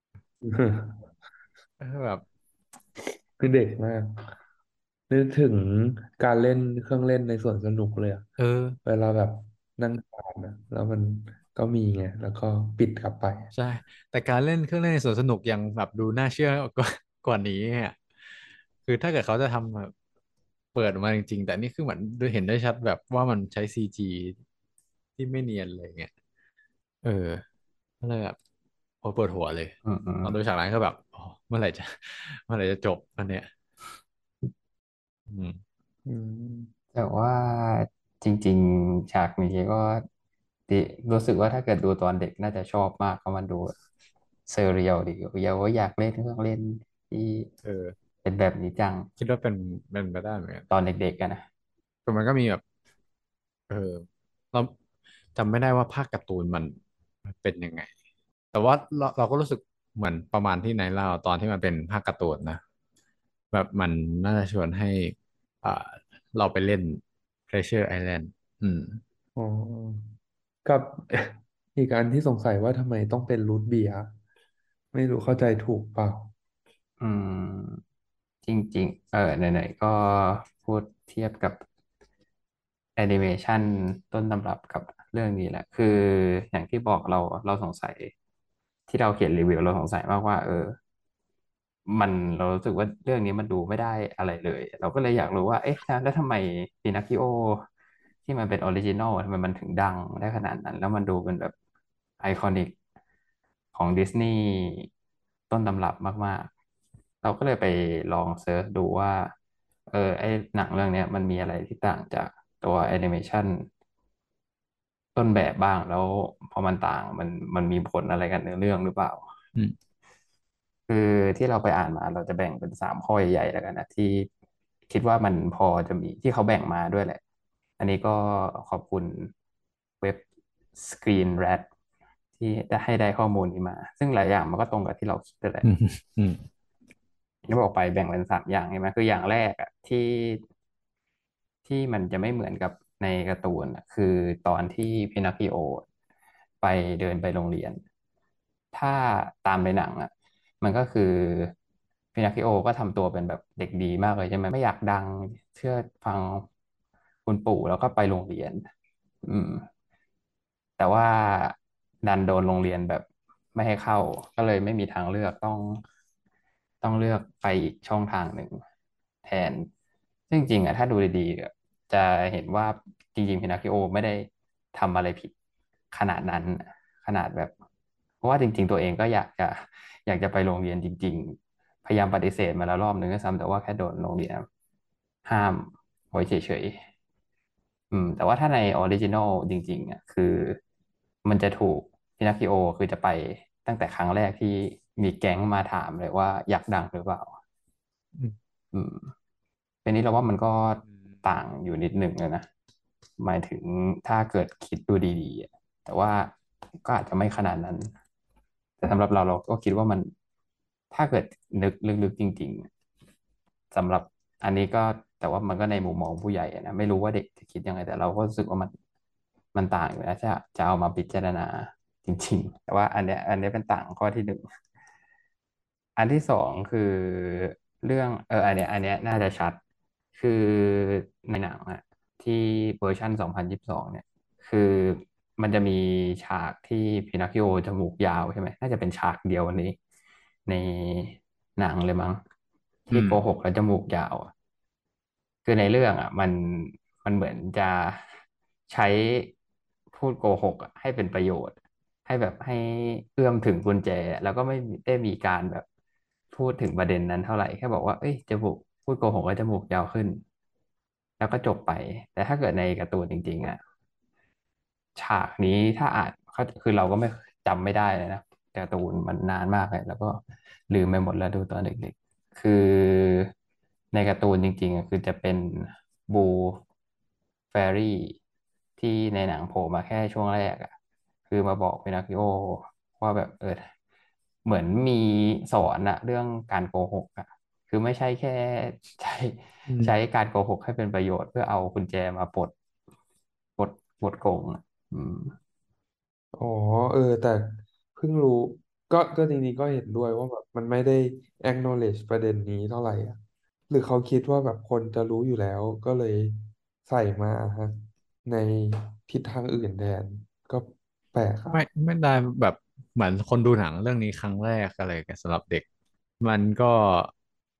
แบบคือเด็กมากนึกถึงการเล่นเครื่องเล่นในสวนสนุกเลยอะเออเวลาแบบนั่งทานนะแล้วมันก็มีไงแล้วก็ปิดกลับไปใช่แต่การเล่นเครื่องเล่นในสวนสนุกยังแบบดูน่าเชื่อกว่ากว่านี้อ่ะคือถ้าเกิดเขาจะทำแบบเปิดออกมาจริงๆแต่นี่คือเหมือนดูเห็นได้ชัดแบบว่ามันใช้ซีจีที่ไม่เนียนเลยเงี้ยเออก็เลยแบบพอเปิดหัวเลยอืมอืมตอนดูฉากนั้นก็แบบอ๋อเมื่อไหร่จะเมื่อไหร่จะจบอันเนี้ยอืมอืมแต่ว่าจริงๆฉากนี้ก็ดีรู้สึกว่าถ้าเกิดดูตอนเด็กน่าจะชอบมากเพราะมันดูเซอร์เรียลดีเยาว่าอยากเล่นเครื่องเล่นที่เออเป็นแบบนี้จังคิดว่าเป็นไปได้เหมือนกันตอนเด็กๆกันนะแต่มันก็มีแบบเออเราจำไม่ได้ว่าภาคการ์ตูนมันเป็นยังไง แต่ว่าเราก็รู้สึกเหมือนประมาณที่ไหนเล่าตอนที่มันเป็นภาคการ์ตูนนะแบบมันน่าจะชวนให้อ่าเราไปเล่น Treasure Island อืมอ๋อกับอีกอันที่สงสัยว่าทำไมต้องเป็นรูทเบียร์ไม่รู้เข้าใจถูกเปล่าอืมจริงๆไหนๆก็พูดเทียบกับแอนิเมชันต้นตำรับกับเรื่องนี้แหละคืออย่างที่บอกเราสงสัยที่เราเขียนรีวิวเราสงสัยมากว่าเรารู้สึกว่าเรื่องนี้มันดูไม่ได้อะไรเลยเราก็เลยอยากรู้ว่าเอ๊ะแล้วทำไมปินาคิโอที่มันเป็นออริจินอลทำไมมันถึงดังได้ขนาดนั้นแล้วมันดูเป็นแบบไอคอนิกของดิสนีย์ต้นตำรับมากๆเราก็เลยไปลองเซิร์ชดูว่าไอ้หนังเรื่องเนี้ยมันมีอะไรที่ต่างจากตัวแอนิเมชันต้นแบบบ้างแล้วพอมันต่างมันมีผลอะไรกันในเรื่องหรือเปล่าอืมคือที่เราไปอ่านมาเราจะแบ่งเป็น3 ข้อใหญ่ๆแล้วกันนะที่คิดว่ามันพอจะมีที่เขาแบ่งมาด้วยแหละอันนี้ก็ขอบคุณเว็บ Screen Rant ที่ได้ข้อมูลนี้มาซึ่งหลายอย่างมันก็ตรงกับที่เราคิดนั่นแหละอืมอืมที่บอกไปแบ่งเป็น3 อย่างใช่ไหมคืออย่างแรกอะที่มันจะไม่เหมือนกับในการ์ตูนอะคือตอนที่พินอคคิโอไปเดินไปโรงเรียนถ้าตามในหนังอะมันก็คือพินอคคิโอก็ทำตัวเป็นแบบเด็กดีมากเลยใช่ไหมไม่อยากดังเชื่อฟังคุณปู่แล้วก็ไปโรงเรียนอืมแต่ว่าดันโดนโรงเรียนแบบไม่ให้เข้าก็เลยไม่มีทางเลือกต้องเลือกไปอีกช่องทางหนึ่งแทน ซึ่งจริงๆอ่ะถ้าดูดีๆอะจะเห็นว่าจริงๆพินอคคิโอไม่ได้ทำอะไรผิดขนาดนั้นขนาดแบบเพราะว่าจริงๆตัวเองก็อยากจะไปโรงเรียนจริงๆพยายามปฏิเสธมาแล้วรอบนึงก็ซ้ำแต่ว่าแค่โดนโรงเรียนห้ามไว้เฉยๆแต่ว่าถ้าในออริจินอลจริงๆอ่ะคือมันจะถูกพินอคคิโอคือจะไปตั้งแต่ครั้งแรกที่มีแก๊งมาถามเลยว่าอยากดังหรือเปล่าอืมอืม เป็นนี้เราว่ามันก็อืต่ามงอยู่นิดหนึ่งเลยนะหมายถึงถ้าเกิดคิดดูดีๆอะแต่ว่าก็อาจจะไม่ขนาดนั้นแต่สำหรับเราก็คิดว่ามันถ้าเกิดนึกลึกๆจริงๆสำหรับอันนี้ก็แต่ว่ามันก็ในมุมมองผู้ใหญ่อะนะไม่รู้ว่าเด็กจะคิดยังไงแต่เราก็รู้สึกว่ามันต่างอยู่นะจะเอามาพิจารณาจริงๆแต่ว่าอันเนี้ยเป็นต่างข้อที่1อันที่สองคือเรื่องอันเนี้ยน่าจะชัดคือในหนังอะที่เวอร์ชัน2022เนี่ยคือมันจะมีฉากที่พินอคคิโอจมูกยาวใช่ไหมน่าจะเป็นฉากเดียวในหนังเลยมั้งที่อืมโกหกแล้วจมูกยาวอะคือในเรื่องอ่ะมันเหมือนจะใช้พูดโกหกอะให้เป็นประโยชน์ ให้แบบให้เอื้อมถึงกุญแจแล้วก็ไม่ได้มีการแบบพูดถึงประเด็นนั้นเท่าไหร่แค่บอกว่าเอ้ยจมูกพูดโกหกแล้วจมูกยาวขึ้นแล้วก็จบไปแต่ถ้าเกิดในการ์ตูนจริงๆอ่ะฉากนี้ถ้าอ่านเขาคือเราก็ไม่จำไม่ได้เลยนะการ์ตูนมันนานมากเลยแล้วก็ลืมไปหมดแล้วดูตอนเด็กๆคือในการ์ตูนจริงๆอ่ะคือจะเป็นบูแฟรี่ที่ในหนังโผล่มาแค่ช่วงแรกอ่ะ คือมาบอกพินอคคิโอว่าแบบเหมือนมีสอนอะเรื่องการโกหกอะคือไม่ใช่แค่ใช้อืมใช้การโกหกให้เป็นประโยชน์เพื่อเอากุญแจมาปลดปลดโกงอะอ๋อแต่เพิ่งรู้ก็จริงๆก็เห็นด้วยว่าแบบมันไม่ได้ acknowledge ประเด็นนี้เท่าไหร่อ่ะหรือเขาคิดว่าแบบคนจะรู้อยู่แล้วก็เลยใส่มาฮะในทิศทางอื่นแทนก็แปลกอ่ะไม่ได้แบบเหมือนคนดูหนังเรื่องนี้ครั้งแรกอะไรกันสำหรับเด็กมันก็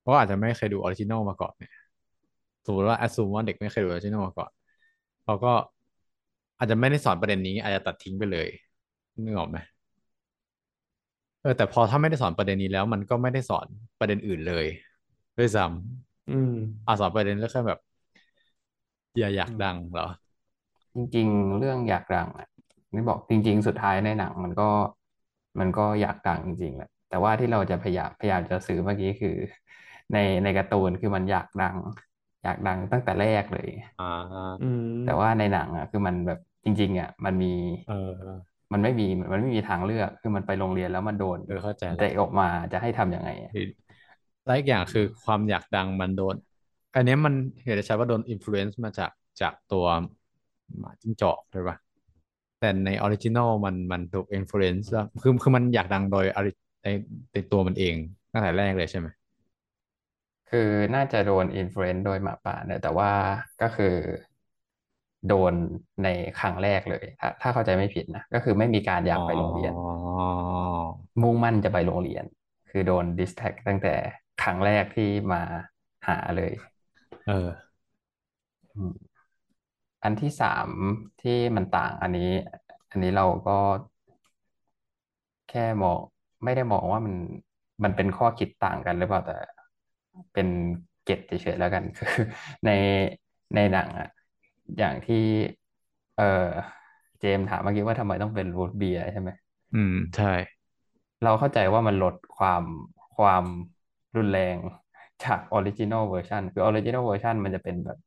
ราะว่าอาจจะไม่เคยดูออริจินอลมาก่อนเนี่ยสมมติว่า assume ว่าเด็กไม่เคยดูออริจินอลมาก่อนเขาก็อาจจะไม่ได้สอนประเด็นนี้อาจจะตัดทิ้งไปเลยนึกออกไหมแต่พอถ้าไม่ได้สอนประเด็นนี้แล้วมันก็ไม่ได้สอนประเด็นอื่นเลยด้วยซ้อืมำสอนประเด็นแล้วแค่แบบอย่าอยากอืมดังเหรอจริงๆเรื่องอยากดังอ่ะนี่บอกจริงๆสุดท้ายในหนังมันก็อยากดังจริงๆแหละแต่ว่าที่เราจะพยายามจะสื่อเมื่อกี้คือในการ์ตูนคือมันอยากดังตั้งแต่แรกเลยอ่อืาแต่ว่ามในหนังอ่ะคือมันแบบจริงๆอ่ะมันมีเออมันไม่มีทางเลือกคือมันไปโรงเรียนแล้วมันโดนเข้าใจละเตะออกมาจะให้ทำยังไงอะคือและอีกอย่างคือความอยากดังมันโดนอันเนี้ยมันเห็นได้ชัดว่าโดนอิ f ฟลูเอนซ์มาจากตัวหมาจิ้งจอกใช่ปะแต่ในออริจินอลมันถูกอิ f ฟลูเอนซ์คือมันอยากดังโดยในในตัวมันเองตั้งแต่แรกเลยใช่ไหมคือน่าจะโดนอินฟลูเอนซ์โดยหมาป่าเนี่ยแต่ว่าก็คือโดนในครั้งแรกเลยถ้าเข้าใจไม่ผิดนะก็คือไม่มีการอยาอ๋อกไปโรงเรียนมุ่งมั่นจะไปโรงเรียนคือโดนดิสแท็กตั้งแต่ครั้งแรกที่มาหาเลยเอออืมอันที่สามที่มันต่างอันนี้เราก็ แค่มองไม่ได้มองว่ามันเป็นข้อคิดต่างกันหรือเปล่าแต่เป็นเก็ตเฉยๆแล้วกันคือในในหนังอะอย่างที่เออเจมส์ถามเมื่อกี้ว่าทำไมต้องเป็นรูทเบียร์ใช่ไหมใช่เราเข้าใจว่ามันลดความรุนแรงจากออริจินอลเวอร์ชันคือออริจินอลเวอร์ชันมันจะเป็นแบบ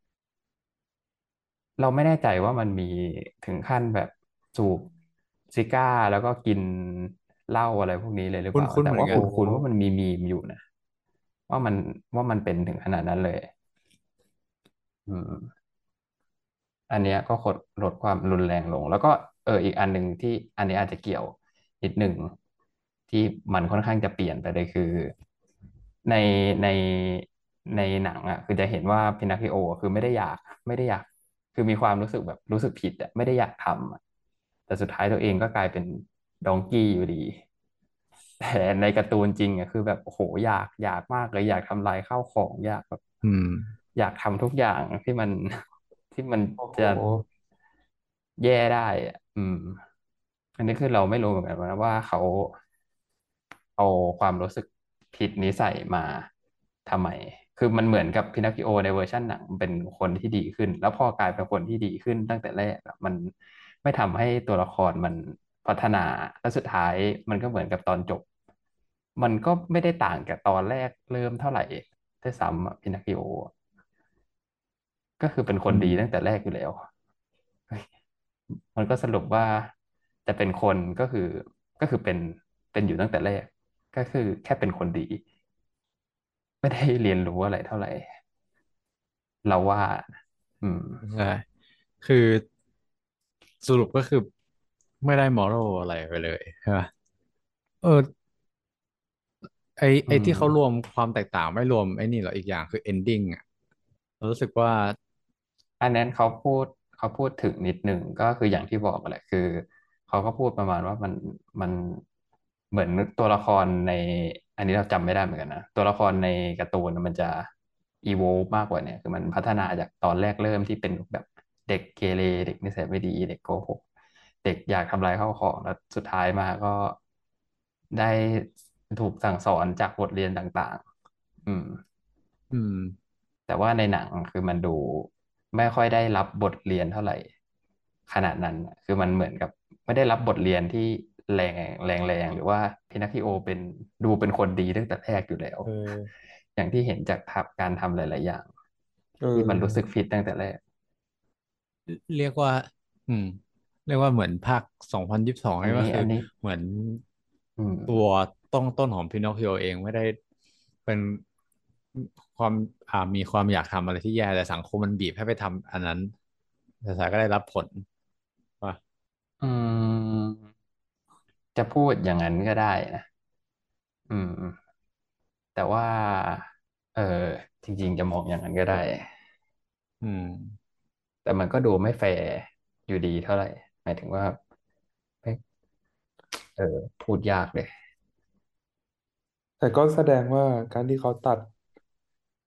เราไม่แน่ใจว่ามันมีถึงขั้นแบบสูบซิก้าแล้วก็กินเหล้าอะไรพวกนี้เลยหรือเปล่าคุ้นๆแต่ว่าเหมือนกันคุณว่ามันมีมีมอยู่นะว่ามันว่ามันเป็นถึงขนาดนั้นเลยอืม อันเนี้ยก็ลดความรุนแรงลงแล้วก็อีกอันหนึ่งที่อันนี้อาจจะเกี่ยวนิดหนึ่งที่มันค่อนข้างจะเปลี่ยนไปเลยคือในในในหนังอ่ะคือจะเห็นว่าพินาคิโอคือไม่ได้อยากคือมีความรู้สึกแบบรู้สึกผิดอ่ะไม่ได้อยากทำอะแต่สุดท้ายตัวเองก็กลายเป็นดองกี้อยู่ดีแต่ในการ์ตูนจริงอ่ะคือแบบโอ้โหอยากมากเลยอยากทำลายข้าวของอยากแบบอืมอยากทำทุกอย่างที่มันที่มันโอ้โหจะแย่ได้อะอันนี้คือเราไม่รู้เหมือนกันว่าเขาเอาความรู้สึกผิดนี้ใส่มาทำไมคือมันเหมือนกับพินอคคิโอในเวอร์ชันหนังเป็นคนที่ดีขึ้นแล้วพอกลายเป็นคนที่ดีขึ้นตั้งแต่แรกอะมันไม่ทำให้ตัวละครมันพัฒนาแล้วสุดท้ายมันก็เหมือนกับตอนจบมันก็ไม่ได้ต่างกับตอนแรกเริ่มเท่าไหร่ด้วยซ้ำอะพินอคคิโอ ก็คือเป็นคอืมนดีตั้งแต่แรกอยู่แล้วเฮ้ยมันก็สรุปว่าจะเป็นคนก็คือเป็นอยู่ตั้งแต่แรกก็คือแค่เป็นคนดีไม่ได้เรียนรู้อะไรเท่าไหร่เราว่าอืมใช่คือสรุปก็คือไม่ได้มอรัลอะไรไปเลยใช่ปะเออ ไอ้อืมที่เขารวมความแตกต่างไม่รวมไอ้นี่หรออีกอย่างคือ ending อ่ะเรารู้สึกว่าอันนั้นเขาพูดถึงนิดหนึ่งก็คืออย่างที่บอกแหละคือเขาก็พูดประมาณว่ามันเหมือนตัวละครในอันนี้เราจำไม่ได้เหมือนกันนะตัวละครในการ์ตูนมันจะอีโวมากกว่าเนี่ยคือมันพัฒนาจากตอนแรกเริ่มที่เป็นแบบเด็กเกเรเด็กนิสัยไม่ดีเด็กโกหกเด็กอยากทำลายข้าวของแล้วสุดท้ายมาก็ได้ถูกสั่งสอนจากบทเรียนต่างๆอืมแต่ว่าในหนังคือมันดูไม่ค่อยได้รับบทเรียนเท่าไหร่ขนาดนั้นคือมันเหมือนกับไม่ได้รับบทเรียนที่แรงหรือว่าพินาคิโอดูเป็นคนดีตั้งแต่แรกอยู่แล้วเอออย่างที่เห็นจากการทำหลายๆอย่างเอที่มันรู้สึกอผิดตั้งแต่แรกเรียกว่าอืมเรียกว่าเหมือนภาค2022 อันนี่ก็คือนี้อันนี้เหมือนอืมตัวต้นของพินอคคิโอเองไม่ได้เป็นความมีความอยากทำอะไรที่แย่แต่สังคมมันบีบให้ไปทำอันนั้นแต่สุดท้ายก็ได้รับผลว่าอืมจะพูดอย่างนั้นก็ได้นะอืมแต่ว่าเออจริงๆจะมองอย่างนั้นก็ได้อืมแต่มันก็ดูไม่แฟร์อยู่ดีเท่าไหร่หมายถึงว่าไม่พูดยากเลยแต่ก็แสดงว่าการที่เขาตัด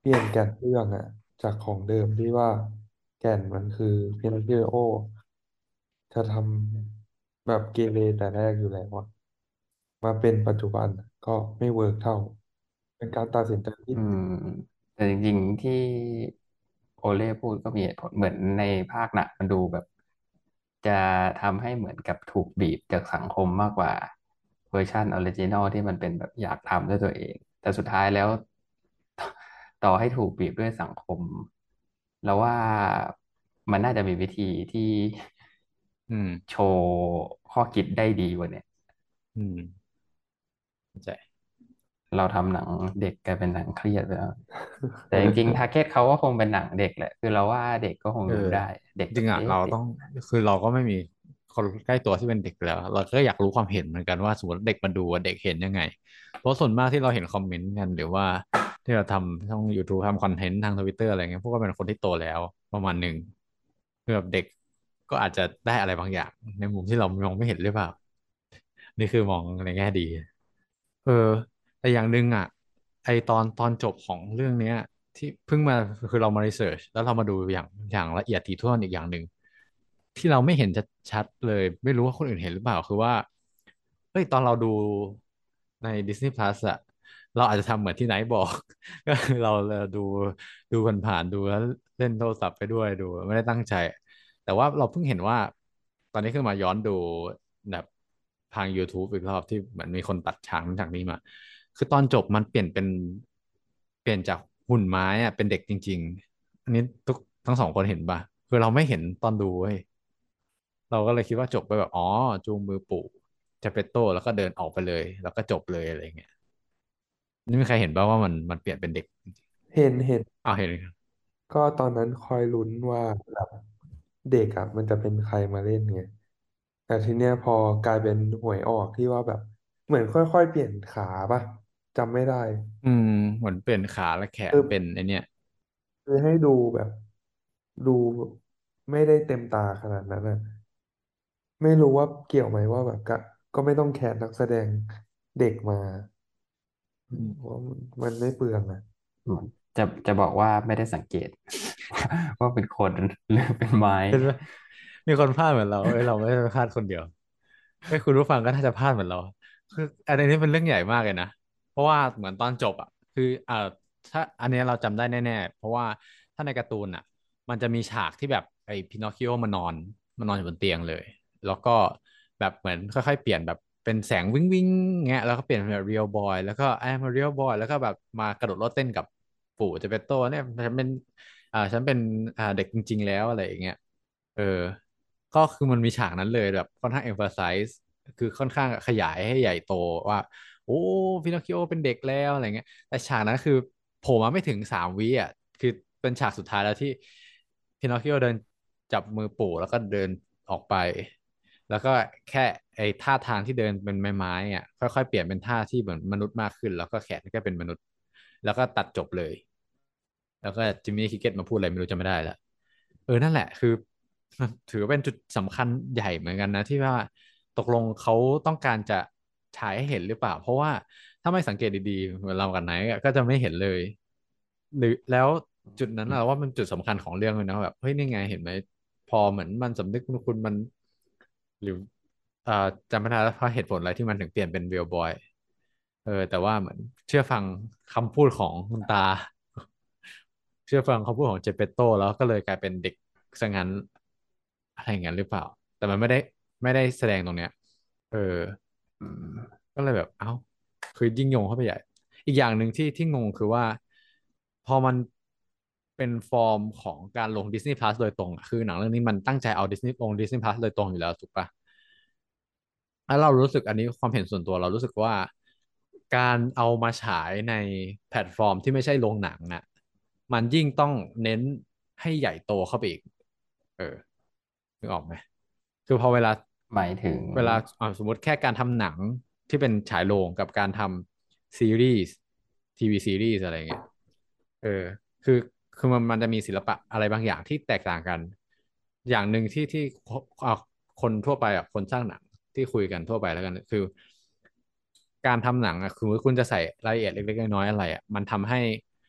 ลี่ยนแก่นเรื่องอะจากของเดิมที่ว่าแก่นมันคือพินอคคิโอจะทำแบบเกเรแต่แรกอยู่แล้วอะมาเป็นปัจจุบันก็ไม่เวิร์กเท่าเป็นการตัดสินใจที่อืมแต่จริงๆที่โอเล่พูดก็มีเหตุผลเหมือนในภาคหนักมันดูแบบจะทำให้เหมือนกับถูกบีบจากสังคมมากกว่าเวอร์ชันออริจินอลที่มันเป็นแบบอยากทำด้วยตัวเองแต่สุดท้ายแล้วต่อให้ถูกบีบด้วยสังคมแล้วว่ามันน่าจะมีวิธีที่อืมโชว์ข้อคิดได้ดีกว่าเนี่ยอืมเข้าใจเราทำหนังเด็กกลายเป็นหนังเครียดไปแล้วแต่จริงๆทาร์เก็ตเขาก็คงเป็นหนังเด็กแหละคือเราว่าเด็กก็คงเออดูได้เด็กจริงอ่ะแบบเอ๊ะเราต้องคือเราก็ไม่มีคนใกล้ตัวที่เป็นเด็กแล้วเราก็อยากรู้ความเห็นเหมือนกันว่าสมมติเด็กมาดูอะเด็กเห็นยังไงเพราะส่วนมากที่เราเห็นคอมเมนต์กันหรือว่าที่เราทำช่อง YouTube ทำคอนเทนต์ทางTwitterอะไรเงี้ยพวกก็เป็นคนที่โตแล้วประมาณหนึ่งคือแบบเด็กก็อาจจะได้อะไรบางอย่างในมุมที่เรามองไม่เห็นหรือเปล่านี่คือมองในแง่ดี เออแต่อย่างหนึ่งอ่ะไอตอนจบของเรื่องเนี้ยที่เพิ่งมาคือเรามารีเสิร์ชแล้วเรามาดูอย่างละเอียดถี่ถ้วนอีกอย่างหนึ่งที่เราไม่เห็นชัดๆเลยไม่รู้ว่าคนอื่นเห็นหรือเปล่าคือว่าเฮ้ยตอนเราดูใน Disney Plus อะเราอาจจะทำเหมือนที่ไนท์บอกก็คือเราดูผ่านๆดูแล้วเล่นโทรศัพท์ไปด้วยดูไม่ได้ตั้งใจแต่ว่าเราเพิ่งเห็นว่าตอนนี้คือมาย้อนดูแบบทาง YouTube อีกรอบที่เหมือนมีคนตัดฉากนั้นจากนี้มา คือตอนจบมันเปลี่ยนจากหุ่นไม้อะเป็นเด็กจริงๆอันนี้ทั้งสองคนเห็นป่ะคือเราไม่เห็นตอนดูเว้ยเราก็เลยคิดว่าจบไปแบบอ๋อจูงมือปู่เจเปโต้แล้วก็เดินออกไปเลยแล้วก็จบเลยอะไรเงี้ยนี่มีใครเห็นป่ะว่ามันเปลี่ยนเป็นเด็กเห็นอ้าวเห็นก็ตอนนั้นคอยลุ้นว่าแบบเด็กอะมันจะเป็นใครมาเล่นไงแต่ทีเนี้ยพอกลายเป็นหวยออกที่ว่าแบบเหมือนค่อยๆเปลี่ยนขาปะจำไม่ได้อืมเหมือนเปลี่ยนขาและแขนคือเป็นไอเนี้ยคือให้ดูแบบดูไม่ได้เต็มตาขนาดนั้นอะไม่รู้ว่าเกี่ยวไหมว่าแบบก็ไม่ต้องแคสนักแสดงเด็กมาอืมว่ามันไม่เปลืองอะอืมจะบอกว่าไม่ได้สังเกตว่าเป็นคนหรือเป็นไม้เห็นไหมมีคนพลาดเหมือนเราเอ้ยเราไม่ได้พลาดคนเดียว ไม่คุณผู้ฟังก็น่าจะพลาดเหมือนเราคืออันนี้เป็นเรื่องใหญ่มากเลยนะเพราะว่าเหมือนตอนจบอ่ะคือถ้าอันเนี้ยเราจำได้แน่ๆเพราะว่าถ้าในการ์ตูนอ่ะมันจะมีฉากที่แบบไอ้พินอคคิโอมานอนอยู่บนเตียงเลยแล้วก็แบบเหมือนค่อยๆเปลี่ยนแบบเป็นแสงวิ้งวิ้งเงี้ยแล้วก็เปลี่ยนเป็นแบบเรียลบอยแล้วก็ไอ้มาเรียลบอยแล้วก็แบบมากระโดดโลดเต้นกับปู่เจเปโตเนี่ยฉันเป็นเด็กจริงๆแล้วอะไรอย่างเงี้ยเออ ก็คือมันมีฉากนั้นเลยแบบค่อนข้าง emphasize คือค่อนข้างขยายให้ใหญ่โตว่าโอ้พินอคคิโอเป็นเด็กแล้วอะไรเงี้ยแต่ฉากนั้นคือโผล่มาไม่ถึง3 วิอ่ะคือเป็นฉากสุดท้ายแล้วที่พินอคคิโอเดินจับมือปู่แล้วก็เดินออกไปแล้วก็แค่ไอ้ท่าทางที่เดินเป็นไม้อ่ะค่อยๆเปลี่ยนเป็นท่าที่เหมือนมนุษย์มากขึ้นแล้วก็แขนก็เป็นมนุษย์แล้วก็ตัดจบเลย แล้วก็จิมมี่คิกเก็ตมาพูดอะไรไม่รู้จำไม่ได้ละนั่นแหละคือมันถือว่าเป็นจุดสำคัญใหญ่เหมือนกันนะที่ว่าตกลงเขาต้องการจะฉายให้เห็นหรือเปล่าเพราะว่าถ้าไม่สังเกตดีๆเหมือนเรากับไนท์อะก็จะไม่เห็นเลยหรือแล้วจุดนั้นเราว่ามันจุดสำคัญของเรื่องเลยนะแบบเฮ้ยนี่ไงเห็นไหมพอเหมือนมันสำนึกคุณมันหรือเอ่อจำไม่ได้แล้วเพราะเหตุผลอะไรที่มันถึงเปลี่ยนเป็นเรียลบอยแต่ว่าเหมือนเชื่อฟังคำพูดของคุณตา เชื่อฟังคำพูดของเจเปโตแล้วก็เลยกลายเป็นเด็กซะงั้นอะไรอย่างนั้นหรือเปล่าแต่มันไม่ได้แสดงตรงเนี้ยเอออืมก็เลยแบบเอ้าคือยิ่งโยงเข้าไปใหญ่อีกอย่างหนึ่งที่งงคือว่าพอมันเป็นฟอร์มของการลง Disney Plus โดยตรงอะคือหนังเรื่องนี้มันตั้งใจเอาDisney Plus โดยตรงอยู่แล้วถูกปะ แล้วเรารู้สึกอันนี้ความเห็นส่วนตัวเรารู้สึกว่าการเอามาฉายในแพลตฟอร์มที่ไม่ใช่โรงหนังอ่ะมันยิ่งต้องเน้นให้ใหญ่โตเข้าไปอีกเออนึกออกไหมคือพอหมายถึงเวลาสมมติแค่การทำหนังที่เป็นฉายโรงกับการทำซีรีส์ทีวีซีรีส์อะไรเงี้ยเออคือมันจะมีศิลปะอะไรบางอย่างที่แตกต่างกันอย่างหนึ่งที่อ่าคนทั่วไปคนสร้างหนัง ที่คุยกันทั่วไปแล้วกันคือการทำหนังคือคุณจะใส่รายละเอียดเล็กๆน้อยๆอะไรมันทำให้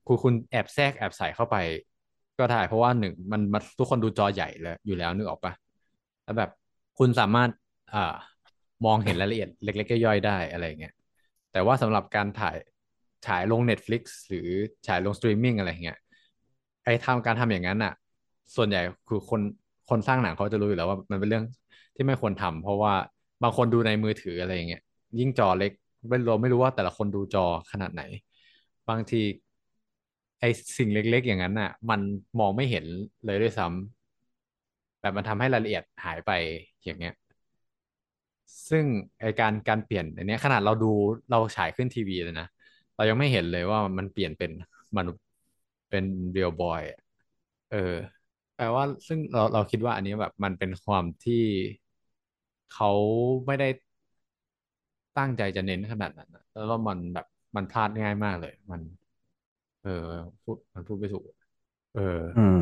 คุณแอบแทรกแอบใส่เข้าไปก็ได้เพราะว่าหนึ่งมันทุกคนดูจอใหญ่เลยอยู่แล้วนึกออกปะแล้วแบบคุณสามารถอ่ามองเห็นรายละเอียดเล็กๆย่อยๆได้อะไรเงี้ยแต่ว่าสำหรับการฉายลง Netflix หรือฉายลงสตรีมมิ่งอะไรเงี้ยไอ้การทำอย่างนั้นอ่ะส่วนใหญ่คือคนสร้างหนังเขาจะรู้อยู่แล้วว่ามันเป็นเรื่องที่ไม่ควรทำเพราะว่าบางคนดูในมือถืออะไรอย่างเงี้ยยิ่งจอเล็กไม่รู้ว่าแต่ละคนดูจอขนาดไหน บางทีไอ้สิ่งเล็กๆอย่างนั้นน่ะมันมองไม่เห็นเลยด้วยซ้ำแบบมันทำให้รายละเอียดหายไปอย่างเงี้ยซึ่งไอ้การเปลี่ยนอันเนี้ยขนาดเราฉายขึ้นทีวีเลยนะเรายังไม่เห็นเลยว่ามันเปลี่ยนเป็นมนุษย์เป็นเรียลบอยเออแปลว่าซึ่งเราคิดว่าอันนี้แบบมันเป็นความที่เขาไม่ได้ตั้งใจจะเน้นขนาดนั้นนะแล้วมันแบบมันพลาดง่ายมากเลยเออมันพูดไม่ถูกเอออืม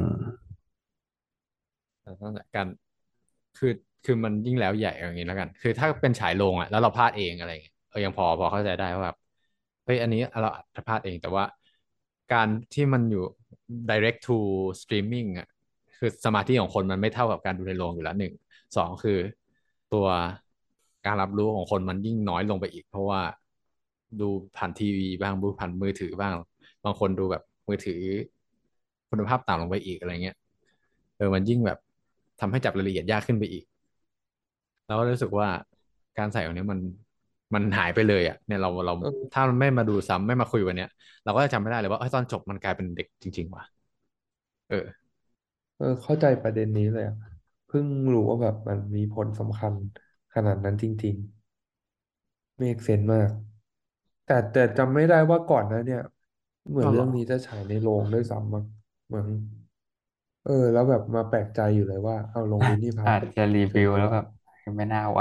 แต่ตั้งแต่การคือคือมันยิ่งแล้วใหญ่อย่างนี้แล้วกันคือถ้าเป็นฉายโรงอ่ะแล้วเราพลาดเองอะไรเงี้ยยังพอเข้าใจได้ว่าแบบเฮ้ยอันนี้เราอาจจะพลาดเองแต่ว่าการที่มันอยู่ direct to streaming อ่ะคือสมาธิของคนมันไม่เท่ากับการดูในโรงอยู่แล้วหนึ่งสองคือตัวการรับรู้ของคนมันยิ่งน้อยลงไปอีกเพราะว่าดูผ่านทีวีบ้างดูผ่านมือถือบ้างบางคนดูแบบมือถือคุณภาพต่ำลงไปอีกอะไรเงี้ยมันยิ่งแบบทำให้จับรายละเอียดยากขึ้นไปอีกแล้วก็รู้สึกว่าการใส่ตรงนี้มันหายไปเลยอ่ะเนี่ยเราเออถ้ามันไม่มาดูซ้ำไม่มาคุยวันเนี้ยเราก็จะจำไม่ได้เลยว่าเอ้ยตอนจบมันกลายเป็นเด็กจริงๆว่ะเออเข้าใจประเด็นนี้เลยอะเพิ่งรู้ว่าแบบมันมีผลสำคัญขนาดนั้นจริงๆ make sense มากแต่จำไม่ได้ว่าก่อนหนะเนี่ยเหมือนก็หรอเรื่องนี้จะฉายในโรงด้วยซ้ำมั้งเหมือนแล้วแบบมาแปลกใจอยู่เลยว่าเอาลงอาจดิสนีย์พลัสอาจจะรีเฉยเลยว่ะวิวแล้วแบบไม่น่าไหว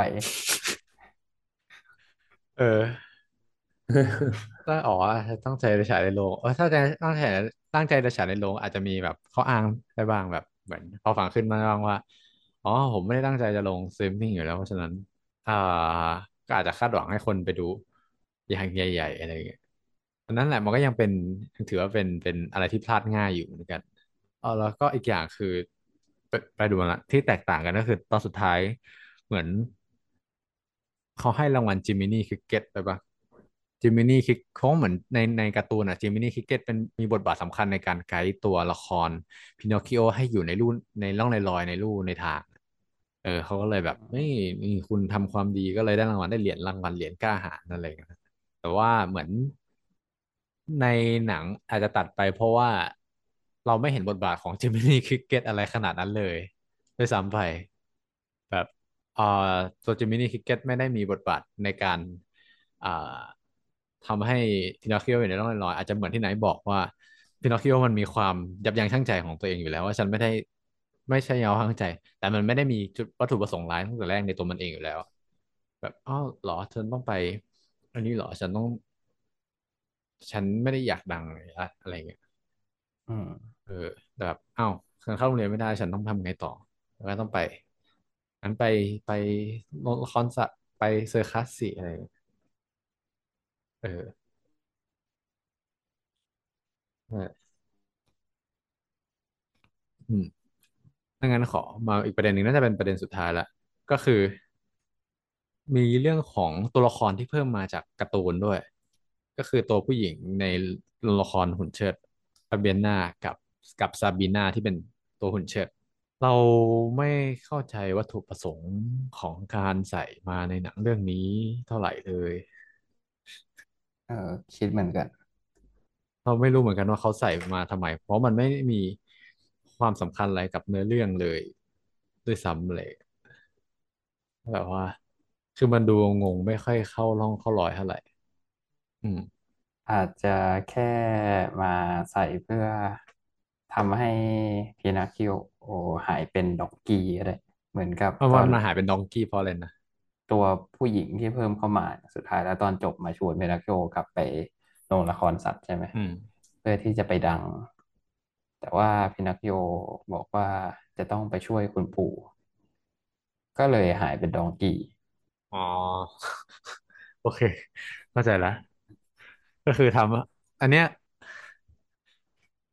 เออ ถ้าอ๋อตั้งใจจะฉายในโรงถ้าใจตั้งใจจะฉายในโรงอาจจะมีแบบข้ออ้างได้บ้างแบบเหมือนพอฟังขึ้นมาบ้างว่าอ๋อผมไม่ได้ตั้งใจจะลงสตรีมมิ่งอยู่แล้วเพราะฉะนั้นอ่าก็อาจจะคาดหวังให้คนไปดูอย่างใหญ่ๆอะไรอย่างเงี้ยอันนั้นแหละมันก็ยังเป็นถือว่าเป็นอะไรที่พลาดง่ายอยู่เหมือนกันแล้วก็อีกอย่างคือไปดูมาละที่แตกต่างกันก็คือตอนสุดท้ายเหมือน เขาให้รางวัลจิมินี่คริกเก็ตไปปะจิมินี่คริกเขาเหมือนในการ์ตูนอ่ะจิมินี่คริกเก็ตมีบทบาทสำคัญในการไกด์ตัวละครพินอคคิโอให้อยู่ในลู่ในร่องในรอยในลู่ในทางเขาก็เลยแบบนี่คุณทำความดีก็เลยได้รางวัลได้เหรียญรางวัลเหรียญกล้าหาญนั่นเลยนะแต่ว่าเหมือนในหนังอาจจะตัดไปเพราะว่าเราไม่เห็นบทบาทของจิมินี่คริกเก็ตอะไรขนาดนั้นเลยด้วยซ้ำไปแบบเอ่อ ตัวจิมมี่นี่คิกเก็ตไม่ได้มีบทบาทในการอ่าทำให้พินอคคิโออยู่ในร่องรอยอาจจะเหมือนที่ไหนบอกว่าพินอคคิโอมันมีความยับยั้งชั่งใจของตัวเองอยู่แล้วว่าฉันไม่ใช่ยับยั้งชั่งใจแต่มันไม่ได้มีจุดวัตถุประสงค์ร้ายตั้งแต่แรกในตัวมันเองอยู่แล้วแบบอ้าวเหรอฉันต้องไปอันนี้เหรอฉันไม่ได้อยากดังเลยอะอะไรเงี้ยอืมเออแต่แบบอ้าวฉันเข้าโรงเรียนไม่ได้ฉันต้องทำไงต่อแล้วก็ต้องไปงั้นไปคอนเสิร์ตไปเซอร์คัสสิอะไร เออใช่อืมถ้างั้นขอมาอีกประเด็นหนึ่งน่าจะเป็นประเด็นสุดท้ายละก็คือมีเรื่องของตัวละครที่เพิ่มมาจากการ์ตูนด้วยก็คือตัวผู้หญิงในตัวละครหุ่นเชิดฟาเบียนากับซาบีนาที่เป็นตัวหุ่นเชิดเราไม่เข้าใจวัตถุประสงค์ของการใส่มาในหนังเรื่องนี้เท่าไหร่เลยเออคิดเหมือนกันเราไม่รู้เหมือนกันว่าเขาใส่มาทำไมเพราะมันไม่มีความสำคัญอะไรกับเนื้อเรื่องเลยด้วยซ้ำเลย แบบว่าคือมันดูงงไม่ค่อยเข้าร่องเข้ารอยเท่าไหร่อืมอาจจะแค่มาใส่เพื่อทำให้พีนาคิโอหายเป็นด็อกกี้ก็ได้เหมือนกับเอาตอนมันมาหายเป็นดองกี้เพราะอะไรนะตัวผู้หญิงที่เพิ่มเข้ามาสุดท้ายแล้วตอนจบมาชวนพีนาคิโอกลับไปลงละครสัตว์ใช่ไหมอืมเพื่อที่จะไปดังแต่ว่าพีนาคิโอบอกว่าจะต้องไปช่วยคุณปู่ก็เลยหายเป็นดองกี้อ๋อโอเคเข้าใจละก็คือทำอันเนี้ย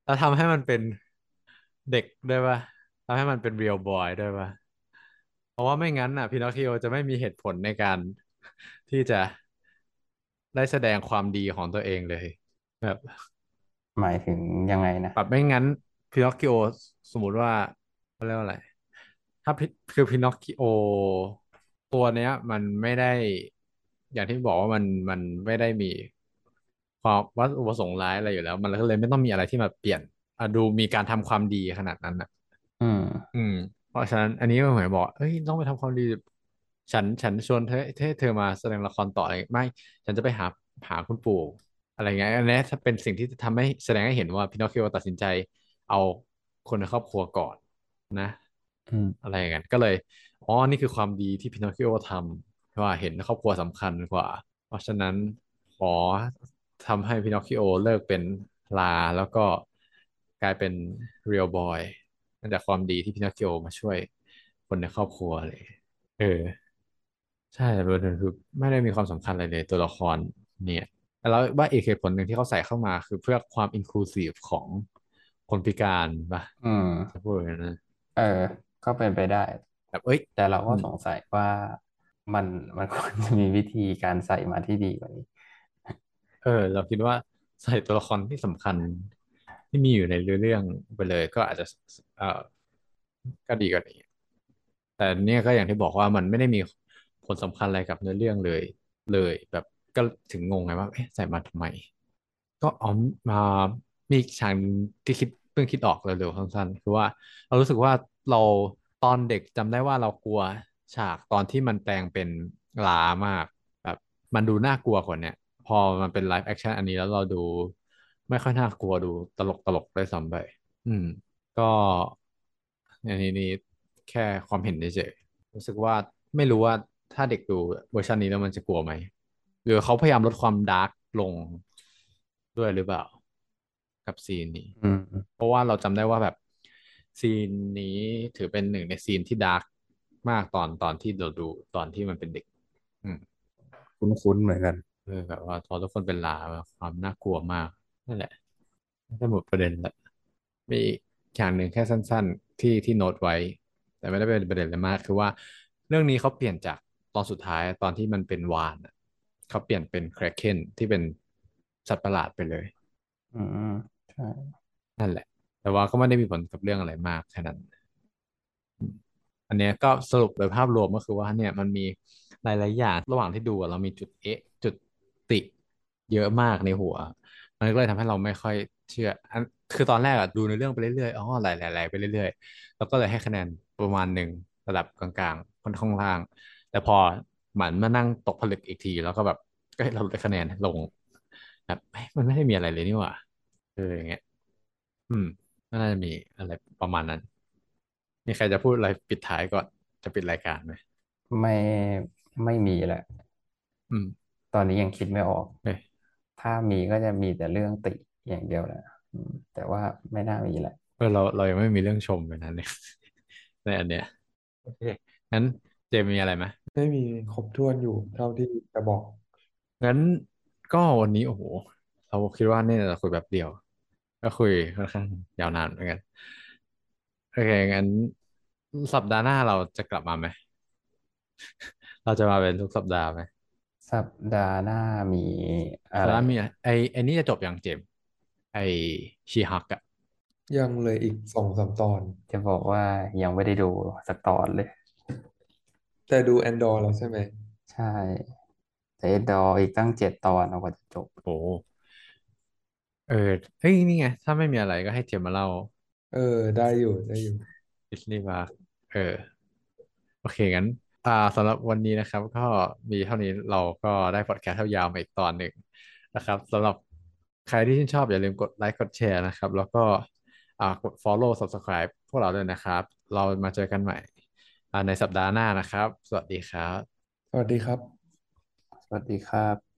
แล้วทำให้มันเป็นเด็กด้วยป่ะทำให้มันเป็นเรียลบอยด้วยป่ะเพราะว่าไม่งั้นอ่ะพินอคคิโอจะไม่มีเหตุผลในการที่จะได้แสดงความดีของตัวเองเลยแบบหมายถึงยังไงนะแบบไม่งั้นพินอคคิโอสมมุติว่าเขาเรียกว่าอะไรถ้าคือพินอคคิโอตัวเนี้ยมันไม่ได้อย่างที่บอกว่ามันไม่ได้มีความวัตถุประสงค์ร้ายอะไรอยู่แล้วมันก็เลยไม่ต้องมีอะไรที่มาเปลี่ยนดูมีการทำความดีขนาดนั้นอ่ะอืมอืมเพราะฉะนั้นอันนี้ก็เหมือนบอกเอ้ยต้องไปทำความดีฉันชวนเธอมาแสดงละครต่ออะไรไม่ฉันจะไปหาคุณปู่อะไรเงี้ยอันนี้ถ้าเป็นสิ่งที่ทำให้แสดงให้เห็นว่าพินอคคิโอตัดสินใจเอาคนในครอบครัวก่อนนะอืมอะไรอย่างเงี้ยก็เลยอ๋อนี่คือความดีที่พินอคคิโอทำว่าเห็นครอบครัวสำคัญกว่าเพราะฉะนั้นขอทำให้พินอคคิโอเลิกเป็นลาแล้วก็กลายเป็นเรียลบอย นั่นจากความดีที่พินอคคิโอมาช่วยคนในครอบครัวเลยเออใช่แต่ประเด็นคือไม่ได้มีความสำคัญอะไรเลยตัวละครเนี่ยแล้วว่าอีกเหตุผลหนึ่งที่เขาใส่เข้ามาคือเพื่อความอินคลูซีฟของคนพิการป่ะอืมจะพูดอย่างนั้นนะเออก็เป็นไปได้แบบเอ้ยแต่เราอืมก็สงสัยว่ามันมันควรจะมีวิธีการใส่มาที่ดีกว่านี้เราคิดว่าใส่ตัวละครที่สำคัญที่มีอยู่ในเรื่องไปเลยก็อาจจะเออก็ดีกว่านี้ แต่เนี่ยก็อย่างที่บอกว่ามันไม่ได้มีผลสำคัญอะไรกับเนื้อเรื่องเลยแบบก็ถึงงงไงว่าเอ๊ะใส่มาทำไมก็อ๋อมามีอีกฉากหนึ่งที่เพิ่งคิดออกเร็วๆสั้นๆคือว่าเรารู้สึกว่าเราตอนเด็กจำได้ว่าเรากลัวฉากตอนที่มันแปลงเป็นหลามากแบบมันดูน่ากลัวกว่าเนี่ยพอมันเป็นไลฟ์แอคชั่นอันนี้แล้วเราดูไม่ค่อยน่ากลัวดูตลกด้วยซ้ำไปอืม ก็อันนี้แค่ความเห็นเฉยๆรู้สึกว่าไม่รู้ว่าถ้าเด็กดูเวอร์ชันนี้แล้วมันจะกลัวไหมหรือเขาพยายามลดความดาร์กลงด้วยหรือเปล่ากับซีนนี้อืมเพราะว่าเราจำได้ว่าแบบซีนนี้ถือเป็นหนึ่งในซีนที่ดาร์กมากตอนที่เราดูตอนที่มันเป็นเด็กอืมคุ้นๆเหมือนกันแบบว่าพอทุกคนเป็นลาแบบความน่ากลัวมากนั่นแหละน่าจะหมดประเด็นละ มีอีกอย่างหนึ่งแค่สั้นๆที่โน้ตไว้แต่ไม่ได้เป็นประเด็นอะไรมากคือว่าเรื่องนี้เขาเปลี่ยนจากตอนสุดท้ายตอนที่มันเป็นวาฬอะเขาเปลี่ยนเป็นแครเคนที่เป็นสัตว์ประหลาดไปเลยอืมใช่นั่นแหละแต่ว่าก็ไม่ได้มีผลกับเรื่องอะไรมากแค่นั้น อันเนี้ยก็สรุปโดยภาพรวมก็คือว่าเนี่ยมันมีหลายๆอย่างระหว่างที่ดูอะเรามีจุดจุดติเยอะมากในหัวมันก็เลยทำให้เราไม่ค่อยเชื่อคือตอนแรกอะดูในเรื่องไปเรื่อยๆอ๋อไหลไปเรื่อยๆแล้วก็เลยให้คะแนนประมาณหนึ่งระดับกลางๆค่อนข้างล่างแต่พอเหมือนมานั่งตกผลึกอีกทีแล้วก็แบบก็เราลดคะแนนลงแบบเฮ้ยมันไม่ได้มีอะไรเลยนี่หว่าอย่างเงี้ยอืมน่าจะมีอะไรประมาณนั้น มีใครจะพูดอะไรปิดท้ายก่อนจะปิดรายการไหมไม่ไม่มีแหละอืมตอนนี้ยังคิดไม่ออกเฮ้ยถ้ามีก็จะมีแต่เรื่องติอย่างเดียวแหละแต่ว่าไม่น่ามีแหละเรายังไม่มีเรื่องชมเลยนะเนี่ยในอันเนี้ยโอเคงั้นเจมมีอะไรไหมไม่มีครบถ้วนอยู่เท่าที่จะบอกงั้นก็วันนี้โอ้โหเราคิดว่าเนี่ยเราคุยแบบเดียวก็คุยค่อนข้างยาวนานเหมือนกันโอเคงั้นสัปดาห์หน้าเราจะกลับมาไหมเราจะมาเป็นทุกสัปดาห์ไหมสัปดาห์หน้ามีอะไรสัปดาห์มีไอ้นี่จะจบอย่างเจมไอ้ชีฮักอะยังเลยอีก2-3ตอนจะบอกว่ายังไม่ได้ดูสักตอนเลยแต่ดูแอนดอร์แล้วใช่ไหมใช่แต่ดออีกตั้ง7 ตอนเอากว่าจะจบโอ้ เออเฮ้ยนี่ไงถ้าไม่มีอะไรก็ให้เจมมาเล่าเออได้อยู่ได้อยู่ดิสนีย์มาเออโอเคงั้นสำหรับวันนี้นะครับก็มีเท่านี้เราก็ได้พอดแคสต์ยาวๆมาอีกตอนหนึ่งนะครับสำหรับใครที่ชื่นชอบอย่าลืมกดไลค์กดแชร์นะครับแล้วก็กด follow subscribe พวกเราด้วยนะครับเรามาเจอกันใหม่ในสัปดาห์หน้านะครับสวัสดีครับสวัสดีครับสวัสดีครับ